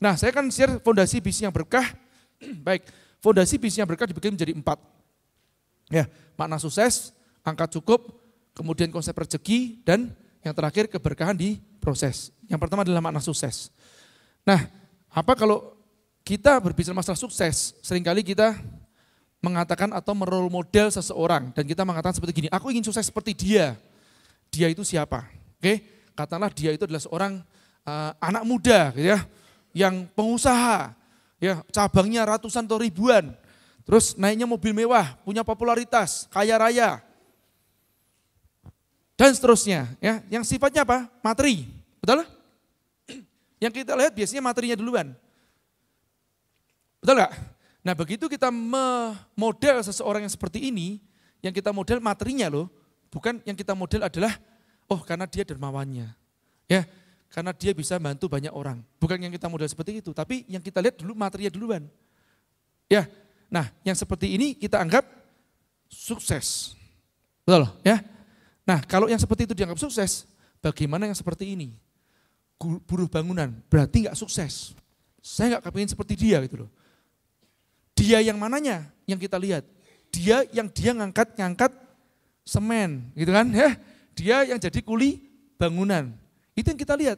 Nah, saya akan share fondasi bisnis yang berkah. Baik, fondasi bisnis yang berkah dibagi menjadi 4. Ya, makna sukses, angka cukup, kemudian konsep rezeki, dan yang terakhir keberkahan di proses. Yang pertama adalah makna sukses. Nah, apa kalau kita berbicara masalah sukses, seringkali kita mengatakan atau merole model seseorang dan kita mengatakan seperti gini, aku ingin sukses seperti dia. Dia itu siapa? Oke, katakanlah dia itu adalah seorang anak muda, gitu ya, yang pengusaha, ya cabangnya ratusan atau ribuan, terus naiknya mobil mewah, punya popularitas, kaya raya, dan seterusnya. Ya, yang sifatnya apa? Materi, betul? Yang kita lihat biasanya materinya duluan, betul nggak? Nah begitu kita memodel seseorang yang seperti ini, yang kita model materinya loh, bukan yang kita model adalah, oh karena dia dermawannya, ya karena dia bisa bantu banyak orang. Bukan yang kita model seperti itu, tapi yang kita lihat dulu materinya duluan. Ya, nah yang seperti ini kita anggap sukses, betul ya. Nah kalau yang seperti itu dianggap sukses, bagaimana yang seperti ini? Buruh bangunan, berarti nggak sukses. Saya nggak kepingin seperti dia gitu loh. Dia yang mananya yang kita lihat? Dia yang ngangkat semen gitu kan ya. Dia yang jadi kuli bangunan. Itu yang kita lihat.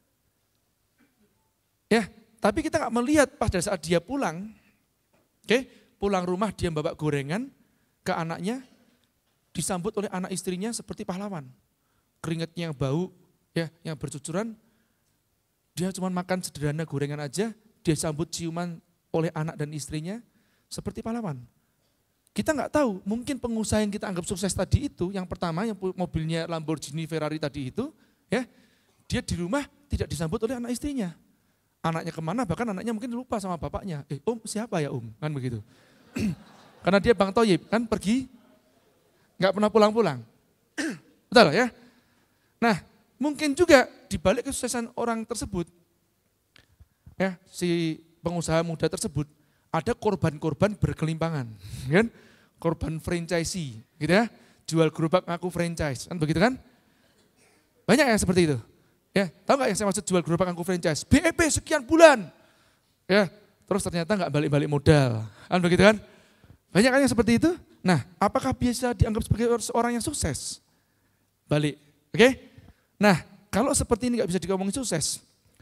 Ya, tapi kita nggak melihat pada saat dia pulang. Oke, pulang rumah dia bawa gorengan ke anaknya, disambut oleh anak istrinya seperti pahlawan. Keringatnya yang bau, ya, yang bercucuran. Dia cuma makan sederhana gorengan aja, dia sambut ciuman oleh anak dan istrinya seperti pahlawan. Kita nggak tahu, mungkin pengusaha yang kita anggap sukses tadi itu, yang pertama yang mobilnya Lamborghini, Ferrari tadi itu, ya, dia di rumah tidak disambut oleh anak istrinya. Anaknya kemana, bahkan anaknya mungkin lupa sama bapaknya. Om siapa ya om? Kan begitu. Karena dia Bang Toyib, kan pergi, nggak pernah pulang-pulang. Betul ya? Nah, mungkin juga di balik kesuksesan orang tersebut, ya, si pengusaha muda tersebut, ada korban-korban berkelimpangan, kan? Korban franchisee, gitu ya, jual gerobak ngaku franchise, kan begitu kan? Banyak yang seperti itu, ya. Tahu nggak yang saya maksud jual gerobak ngaku franchise? BEP sekian bulan, ya. Terus ternyata nggak balik-balik modal, kan begitu kan? Banyak kan yang seperti itu. Nah, apakah bisa dianggap sebagai seorang yang sukses? Balik, oke? Nah, kalau seperti ini nggak bisa ngomongin sukses,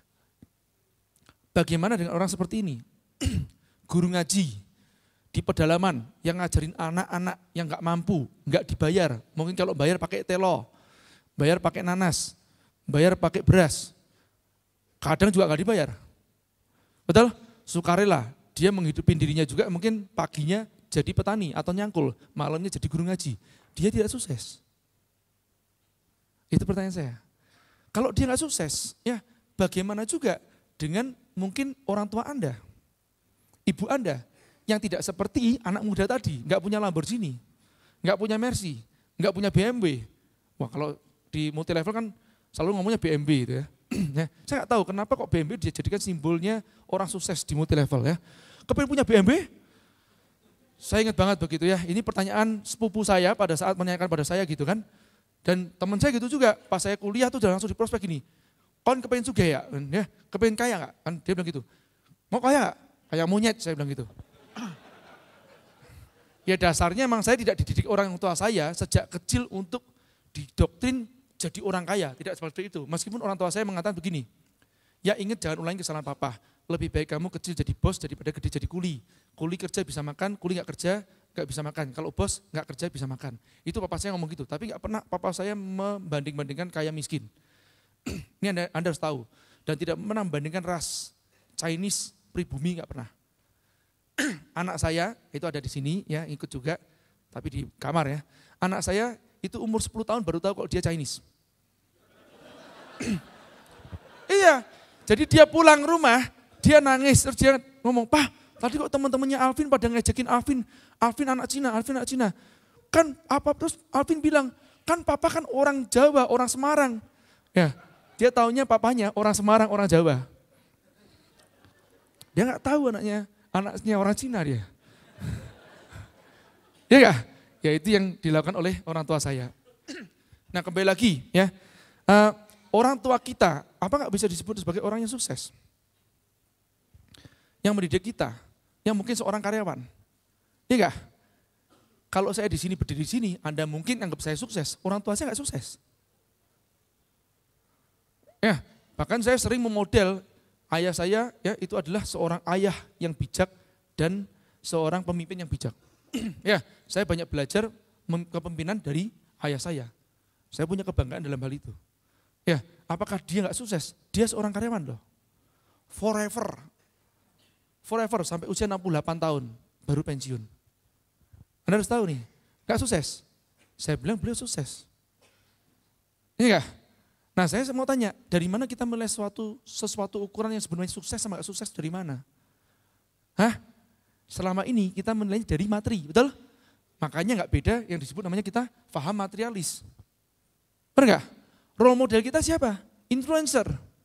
bagaimana dengan orang seperti ini? Guru ngaji di pedalaman yang ngajarin anak-anak yang nggak mampu, nggak dibayar. Mungkin kalau bayar pakai telo, bayar pakai nanas, bayar pakai beras. Kadang juga nggak dibayar. Betul? Sukarela, dia menghidupin dirinya juga, mungkin paginya jadi petani atau nyangkul, malamnya jadi guru ngaji. Dia tidak sukses. Itu pertanyaan saya. Kalau dia nggak sukses, ya bagaimana juga dengan mungkin orang tua Anda? Ibu Anda yang tidak seperti anak muda tadi, nggak punya Lamborghini, nggak punya Mercy, nggak punya BMW. Wah kalau di multi level kan selalu ngomongnya BMW itu ya. Saya nggak tahu kenapa kok BMW dia jadikan simbolnya orang sukses di multi level ya. Kepengen punya BMW? Saya ingat banget begitu ya. Ini pertanyaan sepupu saya pada saat menanyakan pada saya gitu kan. Dan teman saya gitu juga, pas saya kuliah tuh udah langsung di prospek gini. Kon kepengen sugih ya? Kepengen kaya nggak? Kan dia bilang gitu. Mau kaya nggak? Kayak monyet, saya bilang gitu. Ya dasarnya emang saya tidak dididik orang tua saya sejak kecil untuk didoktrin jadi orang kaya, tidak seperti itu. Meskipun orang tua saya mengatakan begini, ya ingat jangan ulangi kesalahan papa, lebih baik kamu kecil jadi bos daripada gede jadi kuli. Kuli kerja bisa makan, kuli nggak kerja nggak bisa makan. Kalau bos nggak kerja bisa makan. Itu papa saya ngomong gitu, tapi nggak pernah papa saya membanding-bandingkan kaya miskin. Ini Anda harus tahu. Dan tidak pernah membandingkan ras, Chinese, pribumi nggak pernah. Anak saya itu ada di sini ya, ikut juga, tapi di kamar ya. Anak saya itu umur 10 tahun baru tahu kalau dia Chinese. Iya, jadi dia pulang rumah, dia nangis, terus dia ngomong, "Pak, tadi kok teman-temannya Alvin pada ngejekin Alvin anak Cina. Kan apa?" Terus Alvin bilang, "Kan papa kan orang Jawa, orang Semarang." Ya, dia taunya papanya orang Semarang, orang Jawa. Dia nggak tahu anaknya orang Cina dia. Ya nggak? Ya itu yang dilakukan oleh orang tua saya. Nah kembali lagi ya, orang tua kita, apa nggak bisa disebut sebagai orang yang sukses? yang mendidik kita, yang mungkin seorang karyawan. Iya enggak? Kalau saya di sini berdiri di sini, Anda mungkin anggap saya sukses, orang tua saya enggak sukses. Ya, bahkan saya sering memodel ayah saya ya itu adalah seorang ayah yang bijak dan seorang pemimpin yang bijak. Ya, saya banyak belajar kepemimpinan dari ayah saya. Saya punya kebanggaan dalam hal itu. Ya, apakah dia nggak sukses? Dia seorang karyawan loh. Forever sampai usia 68 tahun baru pensiun. Anda harus tahu nih, nggak sukses. Saya bilang beliau sukses. Iya nggak? Nah saya mau tanya, dari mana kita menilai sesuatu ukuran yang sebenarnya sukses sama nggak sukses dari mana? Hah? Selama ini kita menilai dari materi, betul? Makanya nggak beda yang disebut namanya kita paham materialis. Benar nggak? Role model kita siapa? Influencer.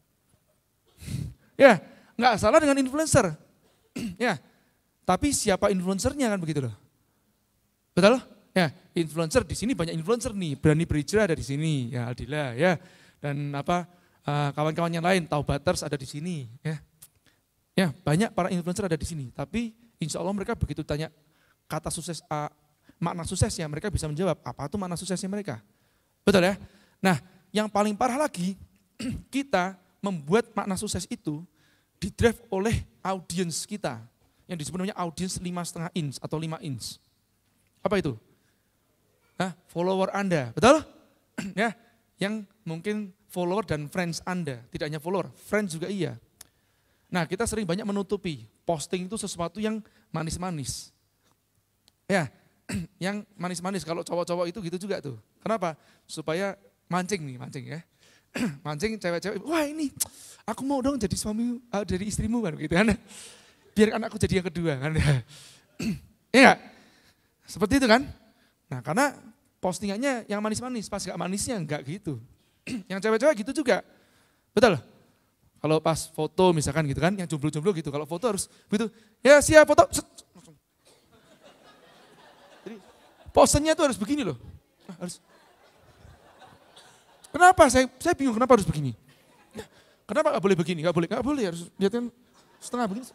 Ya, nggak salah dengan influencer. Ya, tapi siapa influencernya kan begitu loh. Betul? Ya, influencer di sini banyak influencer nih, Berani Berhijrah ada di sini, ya Aldila, ya, dan kawan-kawan yang lain, Taubaters ada di sini, ya. Ya, banyak para influencer ada di sini, tapi insya Allah mereka begitu tanya kata sukses, makna suksesnya, mereka bisa menjawab apa itu makna suksesnya mereka. Betul ya? Nah, yang paling parah lagi, kita membuat makna sukses itu didrive oleh audiens kita, yang disebut namanya audiens 5,5 inch atau 5 inch. Apa itu? Nah, follower Anda, betul? Ya, yang mungkin follower dan friends Anda, tidak hanya follower, friends juga iya. Nah, kita sering banyak menutupi posting itu sesuatu yang manis-manis. Ya, yang manis-manis, kalau cowok-cowok itu gitu juga tuh. Kenapa? Supaya mancing ya. Mancing cewek-cewek, wah ini aku mau dong jadi suami, dari istrimu kan gitu kan. Biar anakku jadi yang kedua kan. Iya, seperti itu kan. Nah karena postingannya yang manis-manis, pas gak manisnya enggak gitu. Yang cewek-cewek gitu juga, betul. Kalau pas foto misalkan gitu kan, yang jomblo-jomblo gitu, kalau foto harus begitu, ya siap foto. Jadi posenya itu harus begini loh. Harus. Kenapa? Saya bingung kenapa harus begini. Kenapa gak boleh begini? Gak boleh harus lihatin setengah begini.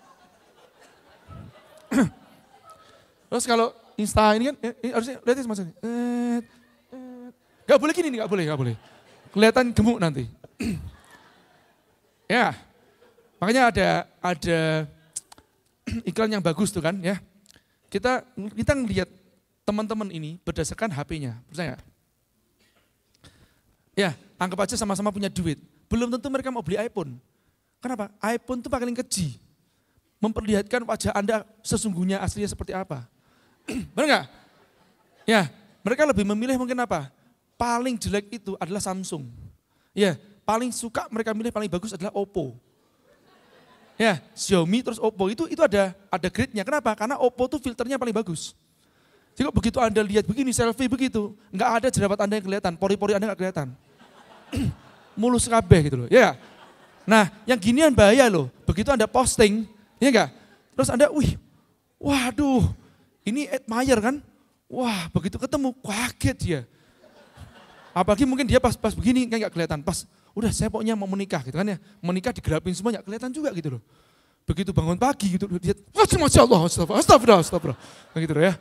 Terus kalau Insta ini kan, harusnya lihatin semacam ini. Gak boleh gini nih, gak boleh. Kelihatan gemuk nanti. Ya, makanya ada iklan yang bagus tuh kan ya. Kita ngelihat teman-teman ini berdasarkan HP-nya, percaya gak? Ya, anggap aja sama-sama punya duit. Belum tentu mereka mau beli iPhone. Kenapa? iPhone itu paling keji. Memperlihatkan wajah Anda sesungguhnya aslinya seperti apa. Benar nggak? Ya, mereka lebih memilih mungkin apa? Paling jelek itu adalah Samsung. Ya, paling suka mereka milih paling bagus adalah Oppo. Ya, Xiaomi terus Oppo itu ada grade-nya. Kenapa? Karena Oppo tuh filternya paling bagus. Jadi begitu Anda lihat begini, selfie begitu, nggak ada jerawat Anda yang kelihatan, pori-pori Anda nggak kelihatan. Mulus kabeh gitu loh, ya. Nah, yang ginian bahaya loh, begitu Anda posting, ya enggak? Terus Anda, waduh, ini admire kan? Wah, begitu ketemu, kaget dia. Apalagi mungkin dia pas begini, kan nggak kelihatan, pas, udah saya pokoknya mau menikah gitu kan ya, menikah digelapin semua, nggak kelihatan juga gitu loh. Begitu bangun pagi gitu, dia, Masya Allah, astagfirullah, begitu loh ya.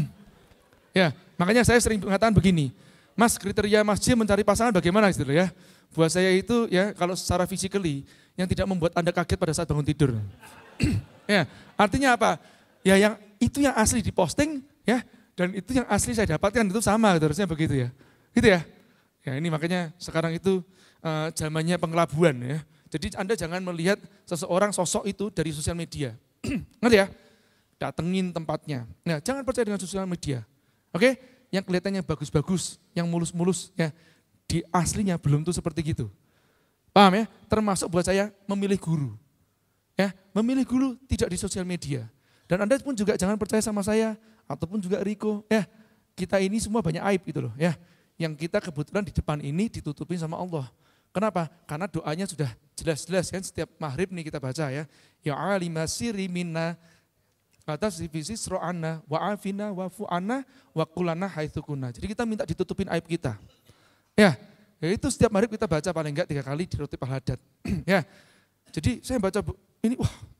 Ya, makanya saya sering mengatakan begini, Mas kriteria Mas Jim mencari pasangan bagaimana gitu ya. Buat saya itu ya kalau secara physically yang tidak membuat Anda kaget pada saat bangun tidur. Ya, artinya apa? Ya yang itu yang asli diposting ya dan itu yang asli saya dapatkan itu sama gitu, harusnya begitu ya. Gitu ya. Ya ini makanya sekarang itu zamannya pengelabuan ya. Jadi Anda jangan melihat seseorang sosok itu dari sosial media. Ngerti ya? Datengin tempatnya. Nah, jangan percaya dengan sosial media. Oke, yang kelihatannya bagus-bagus, yang mulus-mulus, ya di aslinya belum tuh seperti gitu. Paham ya? Termasuk buat saya memilih guru. Ya, memilih guru tidak di sosial media. Dan Anda pun juga jangan percaya sama saya, ataupun juga Riko. Ya, kita ini semua banyak aib gitu loh. Ya, yang kita kebetulan di depan ini ditutupin sama Allah. Kenapa? Karena doanya sudah jelas-jelas kan setiap maghrib nih kita baca ya. Ya alima sirri minna kata sifisi sro'ana wa'afina wa'fu'ana wa'kulana haithukunna. Jadi kita minta ditutupin aib kita. Ya itu setiap maghrib kita baca paling enggak 3 kali di roti Al-Haddad. Ya, jadi saya baca ini, wah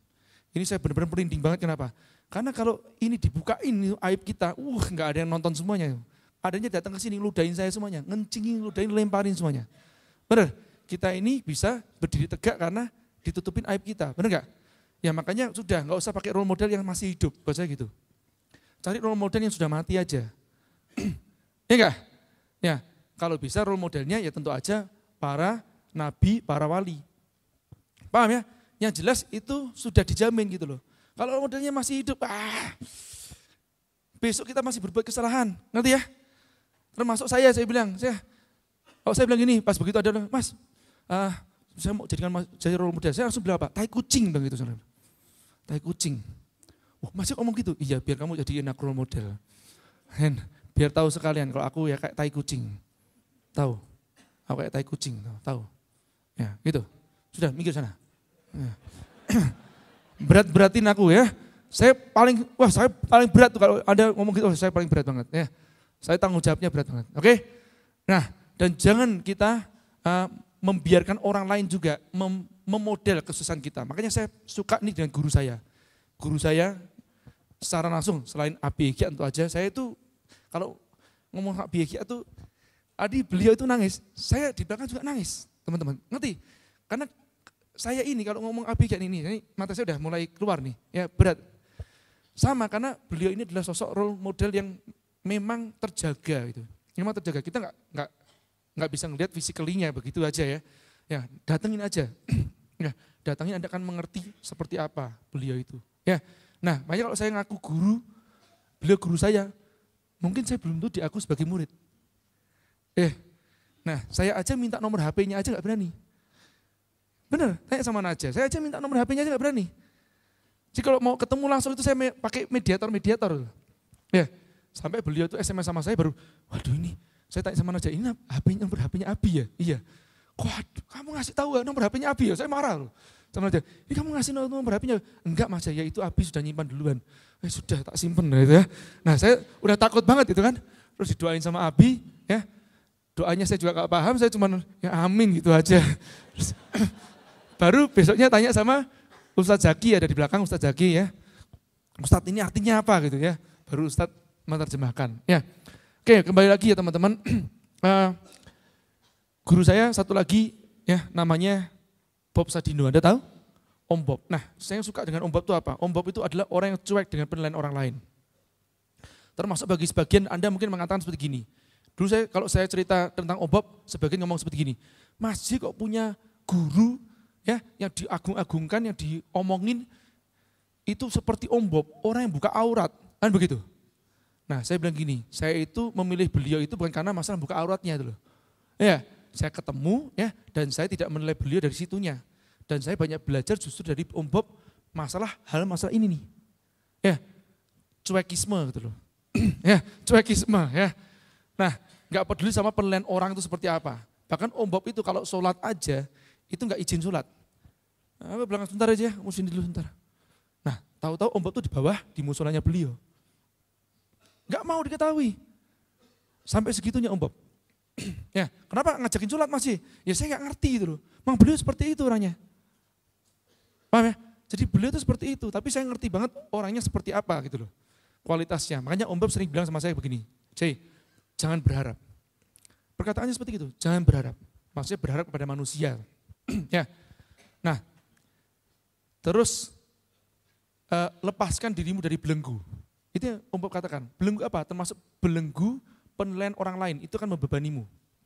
Ini saya benar-benar merinding banget, kenapa? Karena kalau ini dibukain aib kita, nggak ada yang nonton semuanya. Adanya datang ke sini, ludahin saya semuanya, ngencingin, ludahin, lemparin semuanya. Benar, kita ini bisa berdiri tegak karena ditutupin aib kita, benar nggak? Ya makanya sudah, nggak usah pakai role model yang masih hidup, buat saya gitu. Cari role model yang sudah mati aja. Ya enggak? Ya, kalau bisa role modelnya ya tentu aja para nabi, para wali. Paham ya? Yang jelas itu sudah dijamin gitu loh. Kalau role modelnya masih hidup, besok kita masih berbuat kesalahan, ngerti ya? Termasuk saya bilang, saya bilang gini, pas begitu ada orang, Mas, saya mau jadi role model, saya langsung bilang apa? Tai kucing bang gitu. Tai kucing. Masih ngomong gitu? Iya, biar kamu jadi enak role model. Biar tahu sekalian kalau aku ya kayak tai kucing. Tahu? Aku kayak tai kucing, tahu? Ya, gitu. Sudah, mikir sana. Ya. Berat-beratin aku ya. Saya paling berat tuh kalau Anda ngomong gitu, saya paling berat banget ya. Saya tanggung jawabnya berat banget. Oke? Nah, dan jangan kita membiarkan orang lain juga memodel kesusahan kita. Makanya saya suka nih dengan guru saya. Guru saya secara langsung selain ABG tentu aja, saya itu kalau ngomong ABG itu beliau itu nangis, saya di belakang juga nangis, teman-teman. Ngerti? Karena saya ini kalau ngomong ABG ini mata saya udah mulai keluar nih, ya berat. Sama karena beliau ini adalah sosok role model yang memang terjaga gitu. Memang terjaga. Kita nggak bisa ngelihat physically-nya begitu aja ya. Ya, datengin aja. Ya, datangin Anda akan mengerti seperti apa beliau itu. Ya. Nah, makanya kalau saya ngaku guru, beliau guru saya, mungkin saya belum tuh diaku sebagai murid. Nah, saya aja minta nomor HP-nya aja nggak berani. Bener, tanya sama Naja, saya aja minta nomor HP-nya aja nggak berani. Jadi kalau mau ketemu langsung itu saya pakai mediator. Ya, sampai beliau itu SMS sama saya baru, waduh ini, saya tanya sama Naja, ini nomor HP-nya Abi ya? Iya. Waduh, kamu ngasih tahu ya nomor HP-nya Abi ya? Saya marah loh. Sama Naja, ini kamu ngasih nomor HP-nya? Enggak Mas, ya itu Abi sudah nyimpan duluan. Sudah tak simpen gitu ya. Nah saya udah takut banget itu kan. Terus didoain sama Abi, ya. Doanya saya juga gak paham, saya cuma ya amin gitu aja. Terus, baru besoknya tanya sama Ustadz Zaki, ada di belakang Ustadz Zaki ya. Ustadz ini artinya apa gitu ya. Baru Ustadz menerjemahkan. Ya. Oke, kembali lagi ya teman-teman. Guru saya satu lagi ya namanya Bob Sadino. Anda tahu? Om Bob. Nah, saya suka dengan Om Bob itu apa? Om Bob itu adalah orang yang cuek dengan penilaian orang lain. Termasuk bagi sebagian Anda mungkin mengatakan seperti gini. Dulu kalau saya cerita tentang Om Bob, sebagian ngomong seperti gini. Mas J kok punya guru ya yang diagung-agungkan, yang diomongin itu seperti Om Bob, orang yang buka aurat, kan begitu. Nah saya bilang gini, saya itu memilih beliau itu bukan karena masalah buka auratnya itu loh. Ya, saya ketemu ya dan saya tidak menilai beliau dari situnya. Dan saya banyak belajar justru dari Om Bob masalah ini nih. Ya, cuekisme gitu loh. Ya, cuekisme ya. Nah, nggak peduli sama penilaian orang itu seperti apa. Bahkan Om Bob itu kalau sholat aja itu nggak izin sholat. Nah, bilang sebentar aja, musim dulu sebentar. Nah, tahu-tahu Om Bob itu di bawah di musolanya beliau. Nggak mau diketahui. Sampai segitunya Om Bob. Ya, kenapa ngajakin sholat masih? Ya saya nggak ngerti itu loh. Memang beliau seperti itu orangnya. Paham ya? Jadi beliau itu seperti itu, tapi saya ngerti banget orangnya seperti apa gitu loh. Kualitasnya. Makanya Om Bob sering bilang sama saya begini, Jay, jangan berharap. Perkataannya seperti itu, jangan berharap. Maksudnya berharap kepada manusia. Ya. Nah, terus lepaskan dirimu dari belenggu. Itu yang Om Bob katakan. Belenggu apa? Termasuk belenggu penilaian orang lain. Itu kan membebanimu.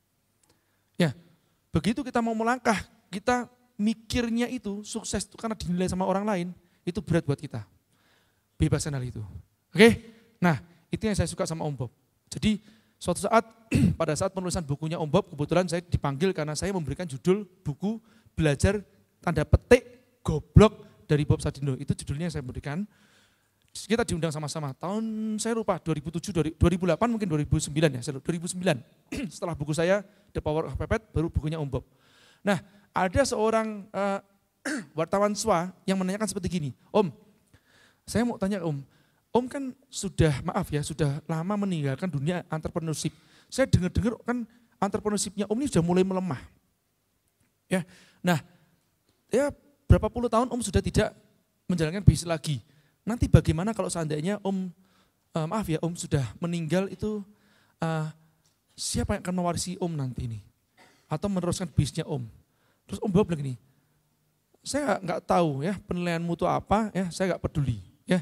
Ya, begitu kita mau melangkah, kita mikirnya itu sukses itu karena dinilai sama orang lain, itu berat buat kita. Bebaskan hal itu. Oke? Nah, itu yang saya suka sama Om Bob. Jadi suatu saat, pada saat penulisan bukunya Om Bob, kebetulan saya dipanggil karena saya memberikan judul buku Belajar Tanda Petik Goblok dari Bob Sadino. Itu judulnya yang saya berikan. Kita diundang sama-sama. Tahun saya lupa 2007, 2008 mungkin 2009 ya. 2009 setelah buku saya The Power of Pepet baru bukunya Om Bob. Nah ada seorang wartawan SWA yang menanyakan seperti gini. Om, saya mau tanya Om kan sudah lama meninggalkan dunia entrepreneurship. Saya dengar-dengar kan entrepreneurshipnya Om ini sudah mulai melemah. Ya, nah ya berapa puluh tahun Om sudah tidak menjalankan bisnis lagi. Nanti bagaimana kalau seandainya Om, maaf ya Om sudah meninggal itu, siapa yang akan mewarisi Om nanti ini? Atau meneruskan bisnisnya Om? Terus Om Bob bilang gini, saya nggak tahu ya penilaianmu itu apa, ya saya nggak peduli. Ya,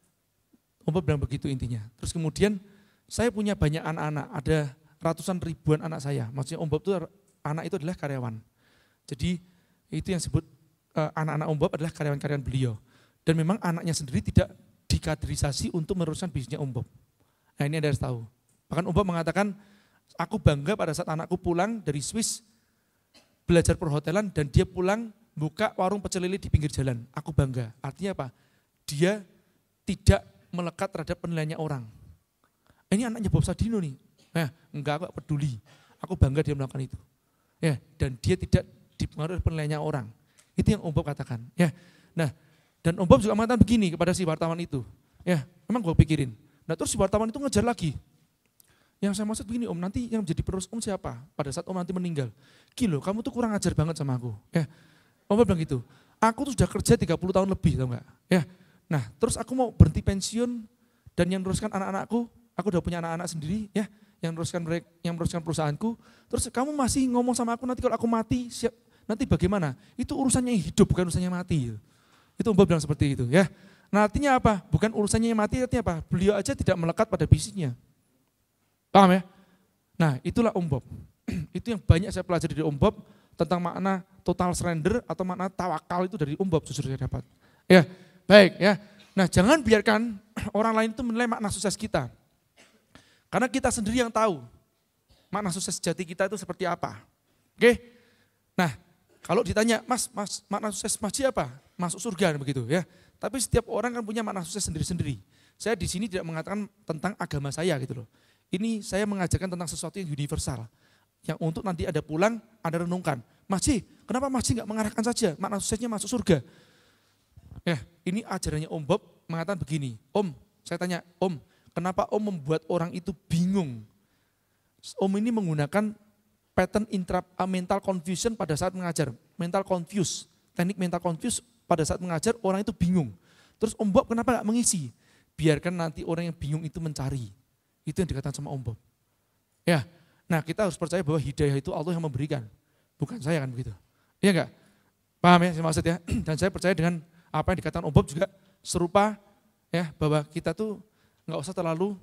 Om Bob bilang begitu intinya. Terus kemudian saya punya banyak anak-anak, ada ratusan ribuan anak saya. Maksudnya Om Bob itu anak itu adalah karyawan. Jadi itu yang disebut anak-anak Om Bob adalah karyawan-karyawan beliau. Dan memang anaknya sendiri tidak dikaderisasi untuk meneruskan bisnisnya Om Bob. Nah ini Anda harus tahu. Bahkan Om Bob mengatakan, aku bangga pada saat anakku pulang dari Swiss, belajar perhotelan dan dia pulang buka warung pecel lele di pinggir jalan. Aku bangga. Artinya apa? Dia tidak melekat terhadap penilaiannya orang. Ini anaknya Bob Sadino nih. Nah, enggak, aku peduli. Aku bangga dia melakukan itu. Ya, dan dia tidak dipengaruhi oleh penilaiannya orang. Itu yang Om Bob katakan. Ya, nah, dan Om Bob juga mengatakan begini kepada si wartawan itu. Ya, memang gue pikirin. Nah, terus si wartawan itu ngejar lagi. Yang saya maksud begini Om, nanti yang menjadi penerus Om siapa? Pada saat Om nanti meninggal. Gila, kamu tuh kurang ajar banget sama aku. Ya, Om Bob bilang gitu. Aku tuh sudah kerja 30 tahun lebih, tau enggak? Ya, nah, terus aku mau berhenti pensiun dan yang meneruskan anak-anakku, aku udah punya anak-anak sendiri, ya, yang meneruskan perusahaanku. Terus kamu masih ngomong sama aku nanti kalau aku mati, siap, nanti bagaimana? Itu urusannya yang hidup, bukan urusannya yang mati. Itu Om Bob bilang seperti itu, ya. Nah, artinya apa? Bukan urusannya yang mati, artinya apa? Beliau aja tidak melekat pada bisnisnya. Paham ya? Nah, itulah Om Bob. Itu yang banyak saya pelajari dari Om Bob tentang makna total surrender atau makna tawakal itu dari Om Bob justru saya dapat. Ya, baik ya. Nah, jangan biarkan orang lain itu menilai makna sukses kita. Karena kita sendiri yang tahu makna sukses sejati kita itu seperti apa. Oke? Nah, kalau ditanya, Mas, makna sukses Mas apa? Masuk surga begitu ya. Tapi setiap orang kan punya makna sukses sendiri-sendiri. Saya di sini tidak mengatakan tentang agama saya gitu loh. Ini saya mengajarkan tentang sesuatu yang universal. Yang untuk nanti ada pulang, ada renungkan. Mas Ji, kenapa Mas Ji nggak mengarahkan saja makna suksesnya masuk surga? Ya, ini ajarannya Om Bob mengatakan begini. Om, saya tanya, Om, kenapa Om membuat orang itu bingung? Om ini menggunakan pattern mental confusion pada saat mengajar. Mental confuse, teknik mental confuse pada saat mengajar orang itu bingung. Terus Om Bob kenapa nggak mengisi? Biarkan nanti orang yang bingung itu mencari. Itu yang dikatakan sama Om Bob. Ya, nah kita harus percaya bahwa hidayah itu Allah yang memberikan. Bukan saya kan begitu. Iya enggak? Paham ya saya maksud ya? Dan saya percaya dengan apa yang dikatakan Om Bob juga serupa ya bahwa kita tuh nggak usah terlalu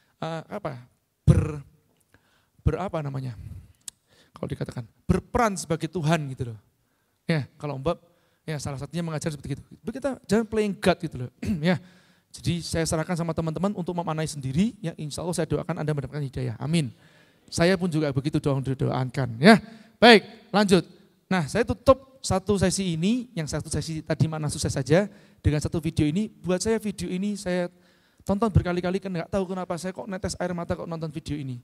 berapa namanya? Kalau dikatakan berperan sebagai Tuhan gitu loh. Ya, kalau Om Bob ya salah satunya mengajar seperti itu. Kita jangan playing God gitu loh. Ya. Jadi saya serahkan sama teman-teman untuk memaknai sendiri, ya insya Allah saya doakan Anda mendapatkan hidayah, amin. Saya pun juga begitu doakan ya. Baik, lanjut. Nah saya tutup satu sesi ini, yang satu sesi tadi makna sukses saja, dengan satu video ini. Buat saya video ini saya tonton berkali-kali, kan nggak tahu kenapa saya kok netes air mata kok nonton video ini.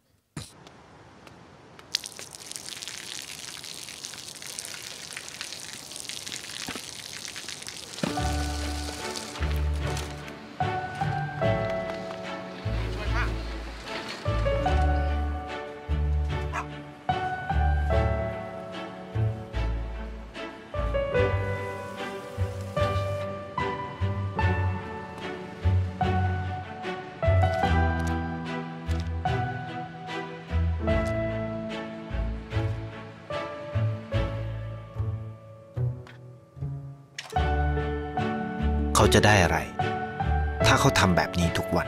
เขาจะได้อะไรถ้าเขาทำแบบนี้ทุกวัน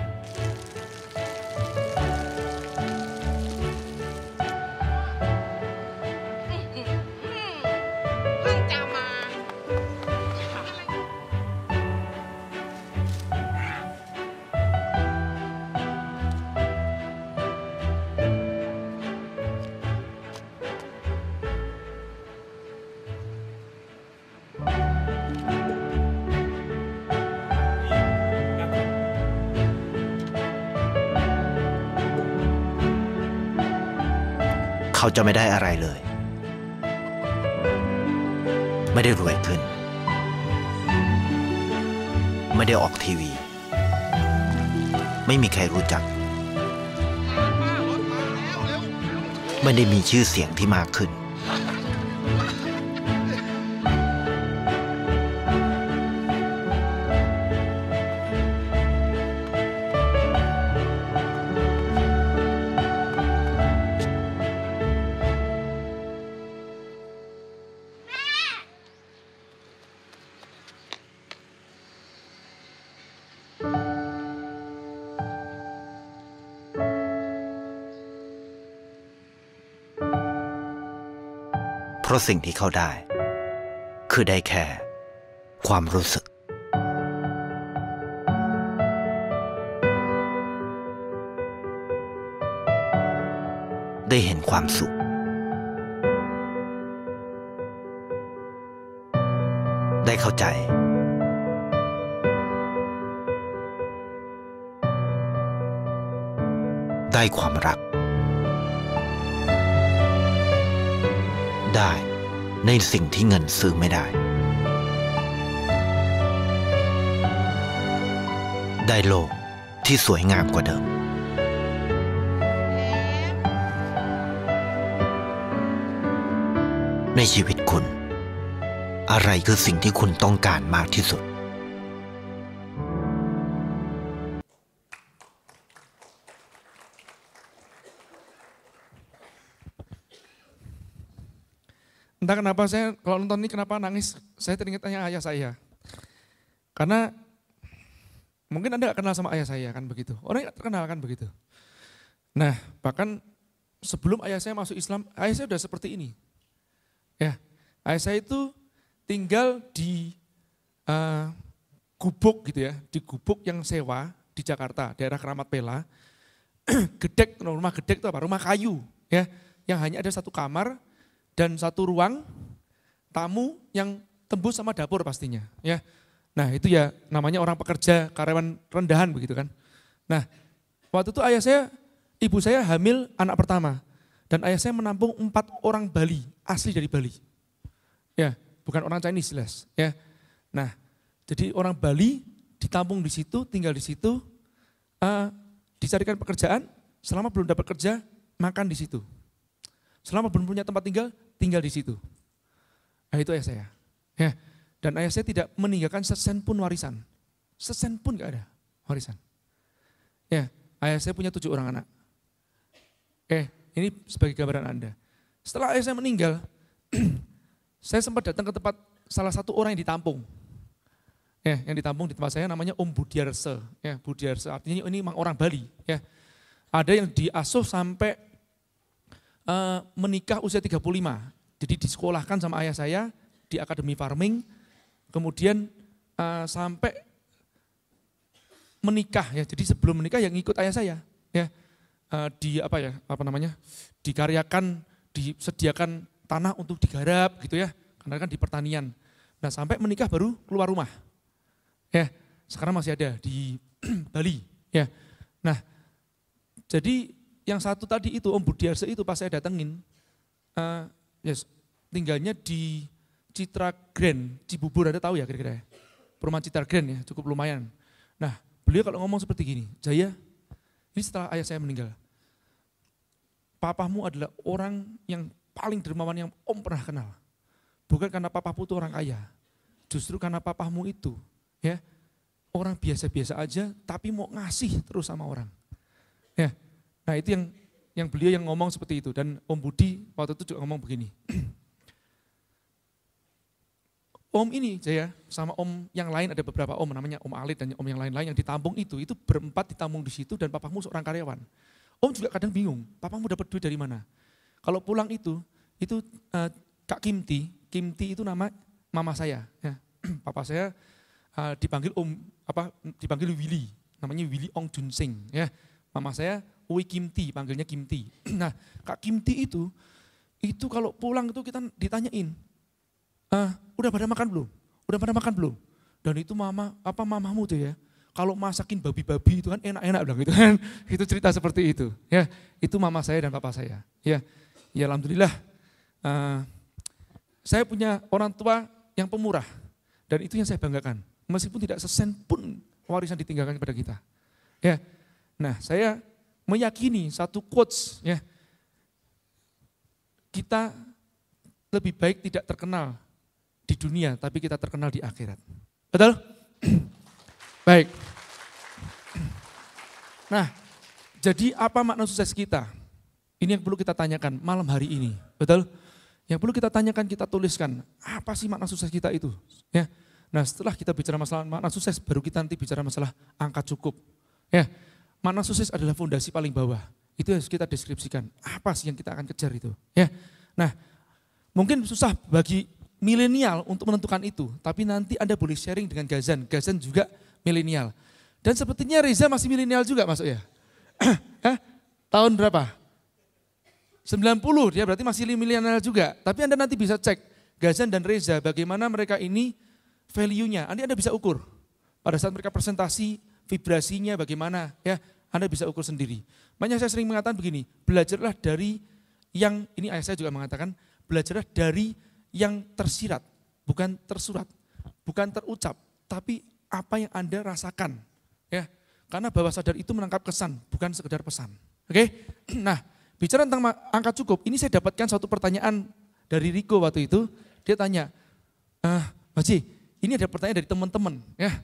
เขาจะไม่ได้อะไรเลยไม่ได้รวยขึ้นไม่ได้ออกทีวีไม่มีใครรู้จักไม่ได้มีชื่อเสียงที่มากขึ้นเพราะสิ่งที่เขาได้คือได้แค่ความรู้สึกได้เห็นความสุขได้เข้าใจได้ความรักได้ในสิ่งที่เงินซื้อไม่ได้ได้โลกที่สวยงามกว่าเดิมในชีวิตคุณอะไรคือสิ่งที่คุณต้องการมากที่สุด Entah kenapa saya kalau nonton ini kenapa nangis, saya teringat ayah saya. Karena mungkin Anda gak kenal sama ayah saya kan begitu. Orang gak terkenal kan begitu. Nah bahkan sebelum ayah saya masuk Islam, ayah saya sudah seperti ini. Ya, ayah saya itu tinggal di gubuk gitu ya, di gubuk yang sewa di Jakarta, daerah Keramat Pela. Gedek, rumah gedek itu apa? Rumah kayu ya, yang hanya ada satu kamar dan satu ruang tamu yang tembus sama dapur pastinya ya. Nah itu ya namanya orang pekerja, karyawan rendahan begitu kan. Nah waktu itu ibu saya hamil anak pertama. Dan ayah saya menampung 4 orang Bali, asli dari Bali. Ya, bukan orang Chinese jelas ya. Nah jadi orang Bali ditampung di situ, tinggal di situ, dicarikan pekerjaan, selama belum dapat kerja, makan di situ. Selama belum punya tempat tinggal di situ. Nah itu ayah saya. Ya. Dan ayah saya tidak meninggalkan sesen pun warisan. Sesen pun gak ada warisan. Ya, ayah saya punya 7 orang anak. Ini sebagai gambaran Anda. Setelah ayah saya meninggal, saya sempat datang ke tempat salah satu orang yang ditampung. Ya, yang ditampung di tempat saya namanya Om Budiarse. Ya, Budiarse artinya ini memang orang Bali. Ya. Ada yang diasuh sampai menikah usia 35. Jadi disekolahkan sama ayah saya di Akademi Farming, kemudian sampai menikah ya. Jadi sebelum menikah yang ikut ayah saya ya. Dikaryakan, disediakan tanah untuk digarap gitu ya. Karena kan di pertanian. Nah, sampai menikah baru keluar rumah. Ya, sekarang masih ada di Bali ya. Nah, jadi yang satu tadi itu Om Budiarse itu pas saya datengin, tinggalnya di Citra Grand, Cibubur, ada tahu ya kira-kira ya? Perumahan Citra Grand ya, cukup lumayan. Nah beliau kalau ngomong seperti gini, Jaya, ini setelah ayah saya meninggal, papamu adalah orang yang paling dermawan yang Om pernah kenal. Bukan karena papamu itu orang kaya, justru karena papamu itu ya orang biasa-biasa aja tapi mau ngasih terus sama orang. Ya. Nah itu yang beliau yang ngomong seperti itu. Dan Om Budi waktu itu juga ngomong begini. Om ini Jaya sama om yang lain, ada beberapa om namanya Om Alit dan om yang lain-lain yang ditampung itu berempat ditampung di situ dan papamu seorang karyawan. Om juga kadang bingung, papamu dapat duit dari mana? Kalau pulang itu Kak Kimti itu nama mama saya. Ya. Papa saya dipanggil Willy, namanya Willy Ong Jun Sing. Ya. Mama saya Ui Kimti, panggilnya Kimti. Nah, Kak Kimti itu kalau pulang itu kita ditanyain, udah pada makan belum? Udah pada makan belum? Dan itu mamamu tuh ya, kalau masakin babi-babi itu kan enak-enak bilang gitu kan. Itu cerita seperti itu. Ya, itu mama saya dan papa saya. Ya alhamdulillah. Saya punya orang tua yang pemurah dan itu yang saya banggakan. Meskipun tidak sesen pun warisan ditinggalkan kepada kita. Ya. Nah, saya meyakini satu quotes ya. Kita lebih baik tidak terkenal di dunia tapi kita terkenal di akhirat. Betul? Baik. Nah, jadi apa makna sukses kita? Ini yang perlu kita tanyakan malam hari ini. Betul? Yang perlu kita tanyakan, kita tuliskan, apa sih makna sukses kita itu? Ya. Nah, setelah kita bicara masalah makna sukses, baru kita nanti bicara masalah angka cukup. Ya. Makna sukses adalah fondasi paling bawah. Itu harus kita deskripsikan. Apa sih yang kita akan kejar itu? Ya. Nah, mungkin susah bagi milenial untuk menentukan itu, tapi nanti Anda boleh sharing dengan Gazan. Gazan juga milenial. Dan sepertinya Reza masih milenial juga masuk ya. Tahun berapa? 90, dia berarti masih milenial juga. Tapi Anda nanti bisa cek Gazan dan Reza bagaimana mereka ini value-nya. Nanti Anda bisa ukur. Pada saat mereka presentasi, vibrasinya bagaimana ya, Anda bisa ukur sendiri. Makanya saya sering mengatakan begini, belajarlah dari yang, ini ayah saya juga mengatakan, belajarlah dari yang tersirat, bukan tersurat, bukan terucap, tapi apa yang Anda rasakan. Ya, karena bawah sadar itu menangkap kesan, bukan sekedar pesan. Oke? Nah, bicara tentang angka cukup, ini saya dapatkan suatu pertanyaan dari Riko waktu itu. Dia tanya, Haji, ini ada pertanyaan dari teman-teman. Ya,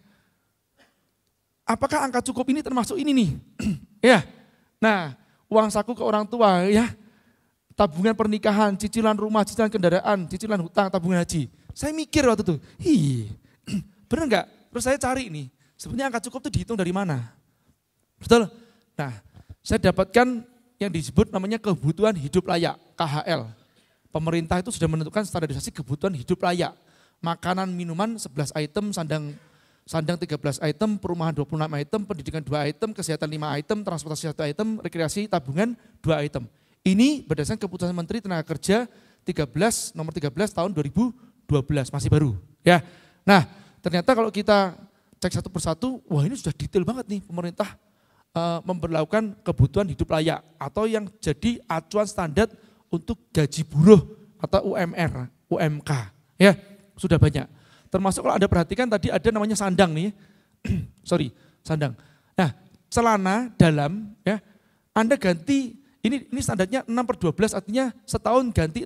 apakah angka cukup ini termasuk ini nih? Ya, nah, uang saku ke orang tua, ya, tabungan pernikahan, cicilan rumah, cicilan kendaraan, cicilan hutang, tabungan haji. Saya mikir waktu itu, bener enggak? Terus saya cari nih, sebenarnya angka cukup itu dihitung dari mana? Betul? Nah, saya dapatkan yang disebut namanya kebutuhan hidup layak, KHL. Pemerintah itu sudah menentukan standarisasi kebutuhan hidup layak. Makanan, minuman 11 item, sandang 13 item, perumahan 26 item, pendidikan 2 item, kesehatan 5 item, transportasi 1 item, rekreasi tabungan 2 item. Ini berdasarkan keputusan Menteri Tenaga Kerja nomor 13 tahun 2012, masih baru. Ya. Nah, ternyata kalau kita cek satu persatu, wah ini sudah detail banget nih pemerintah memberlakukan kebutuhan hidup layak atau yang jadi acuan standar untuk gaji buruh atau UMR, UMK. Ya, sudah banyak. Termasuk kalau Anda perhatikan tadi ada namanya sandang nih. Sandang. Nah, celana dalam ya, Anda ganti. Ini standarnya 6/12, artinya setahun ganti 6.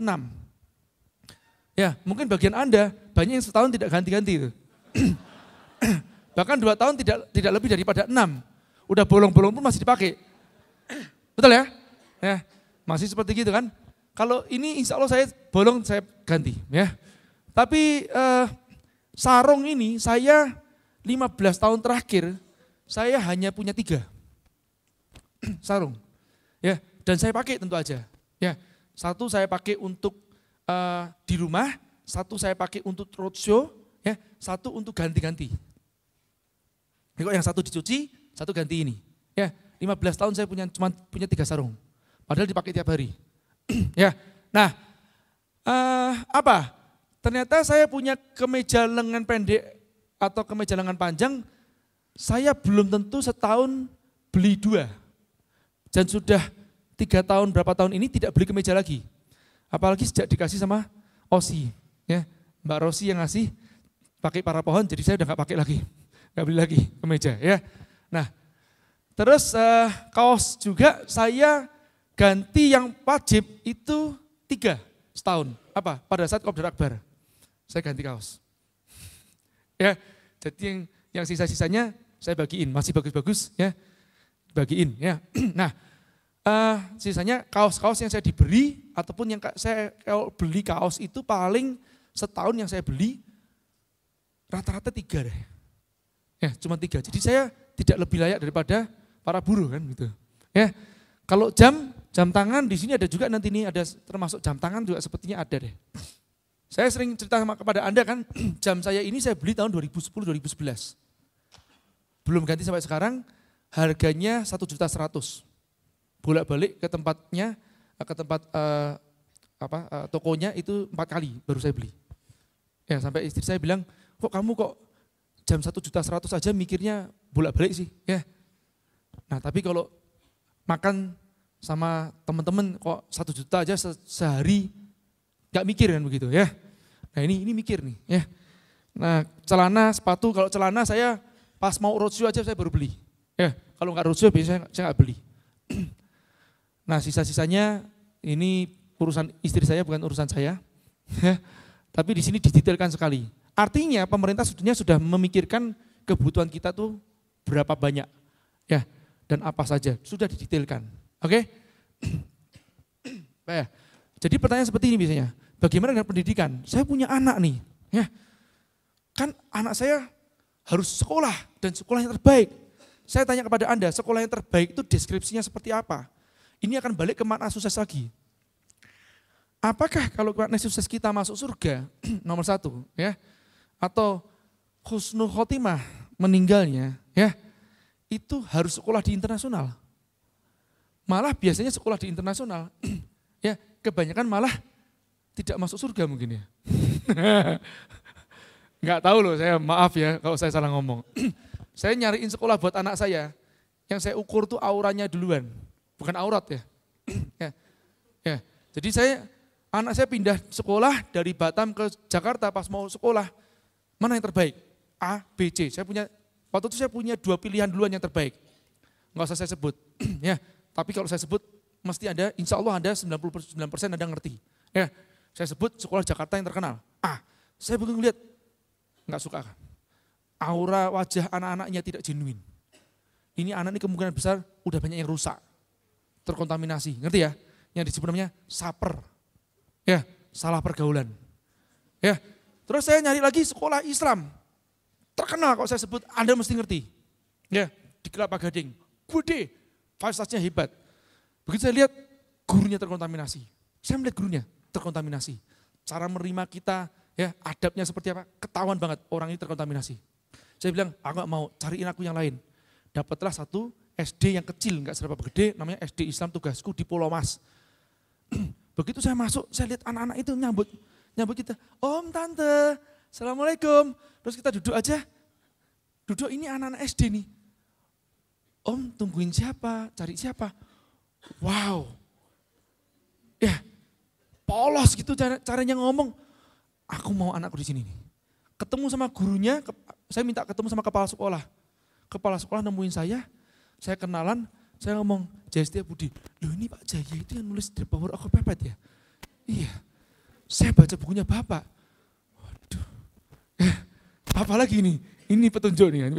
Ya, mungkin bagian Anda banyak yang setahun tidak ganti-ganti itu. Bahkan 2 tahun tidak lebih daripada 6. Udah bolong-bolong pun masih dipakai. Betul ya? Ya, masih seperti gitu kan. Kalau ini insya Allah saya bolong saya ganti. Ya. Tapi sarung ini saya 15 tahun terakhir saya hanya punya 3 sarung. Ya. Dan saya pakai tentu aja. Ya, 1 saya pakai untuk di rumah, 1 saya pakai untuk roadshow, ya, 1 untuk ganti-ganti. Kalau yang 1 dicuci, 1 ganti ini. Ya, 15 tahun saya cuma punya 3 sarung. Padahal dipakai tiap hari. Ya. Nah, apa? Ternyata saya punya kemeja lengan pendek atau kemeja lengan panjang, saya belum tentu setahun beli 2. Dan sudah 3 tahun, berapa tahun ini tidak beli kemeja lagi. Apalagi sejak dikasih sama Osi. Ya, Mbak Rosi yang ngasih pakai para pohon, jadi saya udah gak pakai lagi. Gak beli lagi kemeja. Ya. Nah, terus kaos juga saya ganti yang wajib itu 3 setahun. Apa? Pada saat Kopdar Akbar. Saya ganti kaos. Ya, jadi yang sisa-sisanya saya bagiin, masih bagus-bagus ya. Bagiin ya. Nah, sisanya kaos-kaos yang saya diberi ataupun yang saya kalau beli kaos itu paling setahun yang saya beli rata-rata 3 deh. Ya, cuma 3. Jadi saya tidak lebih layak daripada para buruh kan gitu. Ya. Kalau jam tangan di sini ada juga nanti nih ada termasuk jam tangan juga sepertinya ada deh. Saya sering cerita kepada Anda kan, jam saya ini saya beli tahun 2010-2011. Belum ganti sampai sekarang, harganya 1.100.000. Bolak-balik ke tempatnya, ke tempat tokonya itu 4 kali baru saya beli. Ya, sampai istri saya bilang, kok kamu kok jam 1.100.000 aja mikirnya bolak-balik sih. Ya. Nah, tapi kalau makan sama teman-teman kok 1 juta aja sehari gak mikir kan begitu ya. Nah ini mikir nih ya. Nah celana, sepatu, kalau celana saya pas mau roadshow aja saya baru beli. Ya, kalau nggak roadshow biasanya saya nggak beli. Nah sisa-sisanya ini urusan istri saya bukan urusan saya. Tapi di sini didetailkan sekali. Artinya pemerintah sebetulnya sudah memikirkan kebutuhan kita tuh berapa banyak. Ya, dan apa saja sudah didetailkan. Oke? Baik. Jadi pertanyaan seperti ini biasanya, bagaimana dengan pendidikan? Saya punya anak nih, ya. Kan anak saya harus sekolah dan sekolah yang terbaik. Saya tanya kepada Anda, sekolah yang terbaik itu deskripsinya seperti apa? Ini akan balik ke makna sukses lagi. Apakah kalau karena sukses kita masuk surga, nomor 1, ya, atau husnul khotimah meninggalnya, ya, itu harus sekolah di internasional. Malah biasanya sekolah di internasional, ya, kebanyakan malah tidak masuk surga mungkin ya. Enggak tahu loh, saya maaf ya kalau saya salah ngomong. Saya nyariin sekolah buat anak saya, yang saya ukur tuh auranya duluan, bukan aurat ya. Ya. Jadi anak saya pindah sekolah dari Batam ke Jakarta pas mau sekolah, mana yang terbaik? A, B, C. Waktu itu saya punya 2 pilihan duluan yang terbaik. Enggak usah saya sebut. Ya, tapi kalau saya sebut mesti ada, insya Allah ada 99% ada ngerti. Ya, saya sebut sekolah Jakarta yang terkenal. A, saya begitu lihat enggak suka. Aura wajah anak-anaknya tidak genuine. Ini anak ini kemungkinan besar udah banyak yang rusak, terkontaminasi. Ngerti ya? Yang disebut namanya saper. Ya, salah pergaulan. Ya, terus saya nyari lagi sekolah Islam. Terkenal kalau saya sebut, Anda mesti ngerti. Ya, di Kelapa Gading. Gede, fasilitasnya hebat. Begitu saya lihat, gurunya terkontaminasi. Saya melihat gurunya terkontaminasi. Cara menerima kita, ya, adabnya seperti apa, ketahuan banget orang ini terkontaminasi. Saya bilang, aku gak mau, cariin aku yang lain. Dapatlah satu SD yang kecil, gak seberapa gede, namanya SD Islam Tugasku di Pulau Mas. Begitu saya masuk, saya lihat anak-anak itu nyambut kita. Om, tante, assalamualaikum. Terus kita duduk aja. Duduk, ini anak-anak SD nih. Om, tungguin siapa? Cari siapa? Wow. Ya, polos gitu caranya ngomong. Aku mau anakku di sini nih. Ketemu sama gurunya, saya minta ketemu sama kepala sekolah. Kepala sekolah nemuin saya kenalan, saya ngomong, Jaya Setiabudi, loh ini Pak Jaya itu yang nulis The Power of Pepet ya? Iya, saya baca bukunya Bapak. Waduh, apa lagi ini petunjuk nih.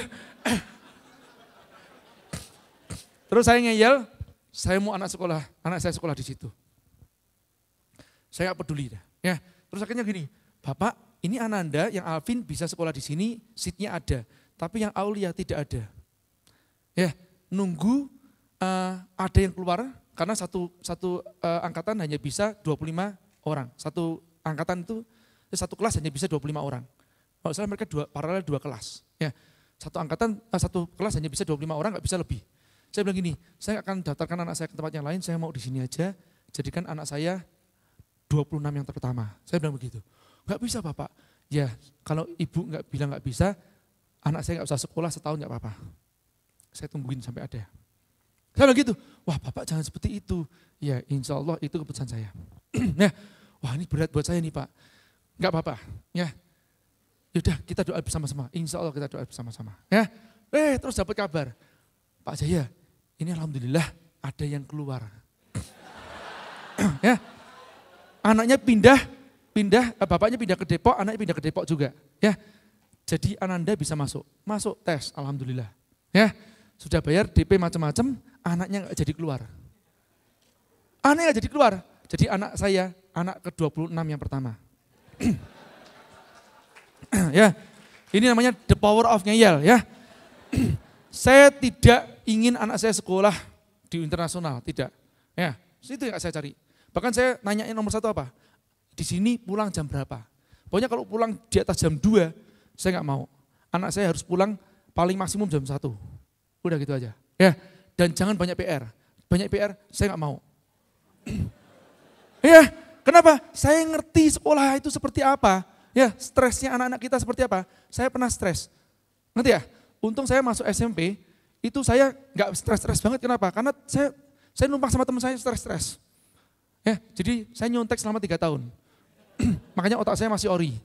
Terus saya ngeyel, saya mau anak saya sekolah di situ. Saya gak peduli dah. Ya, terus akhirnya gini, Bapak, ini anak Anda yang Alvin bisa sekolah di sini, seatnya ada. Tapi yang Aulia tidak ada. Ya, nunggu ada yang keluar, karena satu angkatan hanya bisa 25 orang. Satu angkatan itu, satu kelas hanya bisa 25 orang. Kalau salah mereka paralel 2 kelas. Ya, satu kelas hanya bisa 25 orang, nggak bisa lebih. Saya bilang gini, saya akan daftarkan anak saya ke tempat yang lain, saya mau di sini aja, jadikan anak saya 26 yang pertama. Saya bilang begitu. Nggak bisa Bapak. Ya, kalau ibu bilang nggak bisa, anak saya nggak usah sekolah setahun nggak apa-apa. Saya tungguin sampai ada. Saya bilang gitu, wah Bapak jangan seperti itu. Ya insya Allah itu keputusan saya. Ya, wah ini berat buat saya nih Pak. Nggak apa-apa. Ya, yaudah kita doa bersama-sama. Insya Allah kita doa bersama-sama. Ya, terus dapat kabar, Pak Jaya, ini alhamdulillah ada yang keluar. Ya, anaknya bapaknya pindah ke Depok, anaknya pindah ke Depok juga. Ya, jadi Ananda bisa masuk tes, alhamdulillah. Ya, sudah bayar DP macam-macam, anaknya nggak jadi keluar. Anaknya nggak jadi keluar, jadi anak saya, anak ke-26 yang pertama. Ya, ini namanya the power of ngeyel ya. Saya tidak ingin anak saya sekolah di internasional, tidak. Ya, itu yang saya cari. Bahkan saya nanyain nomor 1 apa? Di sini pulang jam berapa? Pokoknya kalau pulang di atas jam 2, saya nggak mau. Anak saya harus pulang paling maksimum jam 1. Udah gitu aja. Ya, dan jangan banyak PR. Banyak PR saya nggak mau. Ya, kenapa? Saya ngerti sekolah itu seperti apa. Ya, stresnya anak-anak kita seperti apa. Saya pernah stres. Ngerti ya? Untung saya masuk SMP, itu saya nggak stres-stres banget. Kenapa? Karena saya numpang sama teman saya stres-stres. Ya, jadi saya nyontek selama 3 tahun. Makanya otak saya masih ori.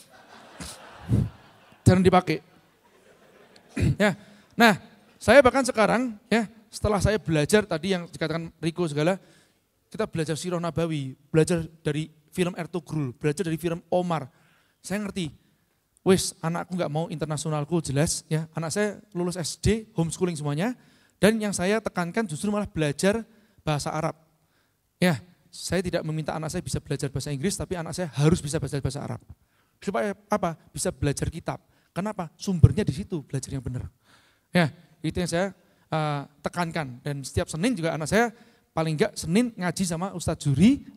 Jangan dipakai. Ya. Nah, saya bahkan sekarang ya, setelah saya belajar tadi yang dikatakan Riko segala, kita belajar Sirah Nabawi, belajar dari film Ertugrul, belajar dari film Omar. Saya ngerti, anakku nggak mau internasionalku jelas ya. Anak saya lulus SD, homeschooling semuanya, dan yang saya tekankan justru malah belajar bahasa Arab. Ya, saya tidak meminta anak saya bisa belajar bahasa Inggris, tapi anak saya harus bisa belajar bahasa Arab. Supaya apa? Bisa belajar kitab. Kenapa? Sumbernya di situ, belajar yang benar. Ya, itu yang saya tekankan. Dan setiap Senin juga anak saya paling enggak Senin ngaji sama Ustadz Juri, ya,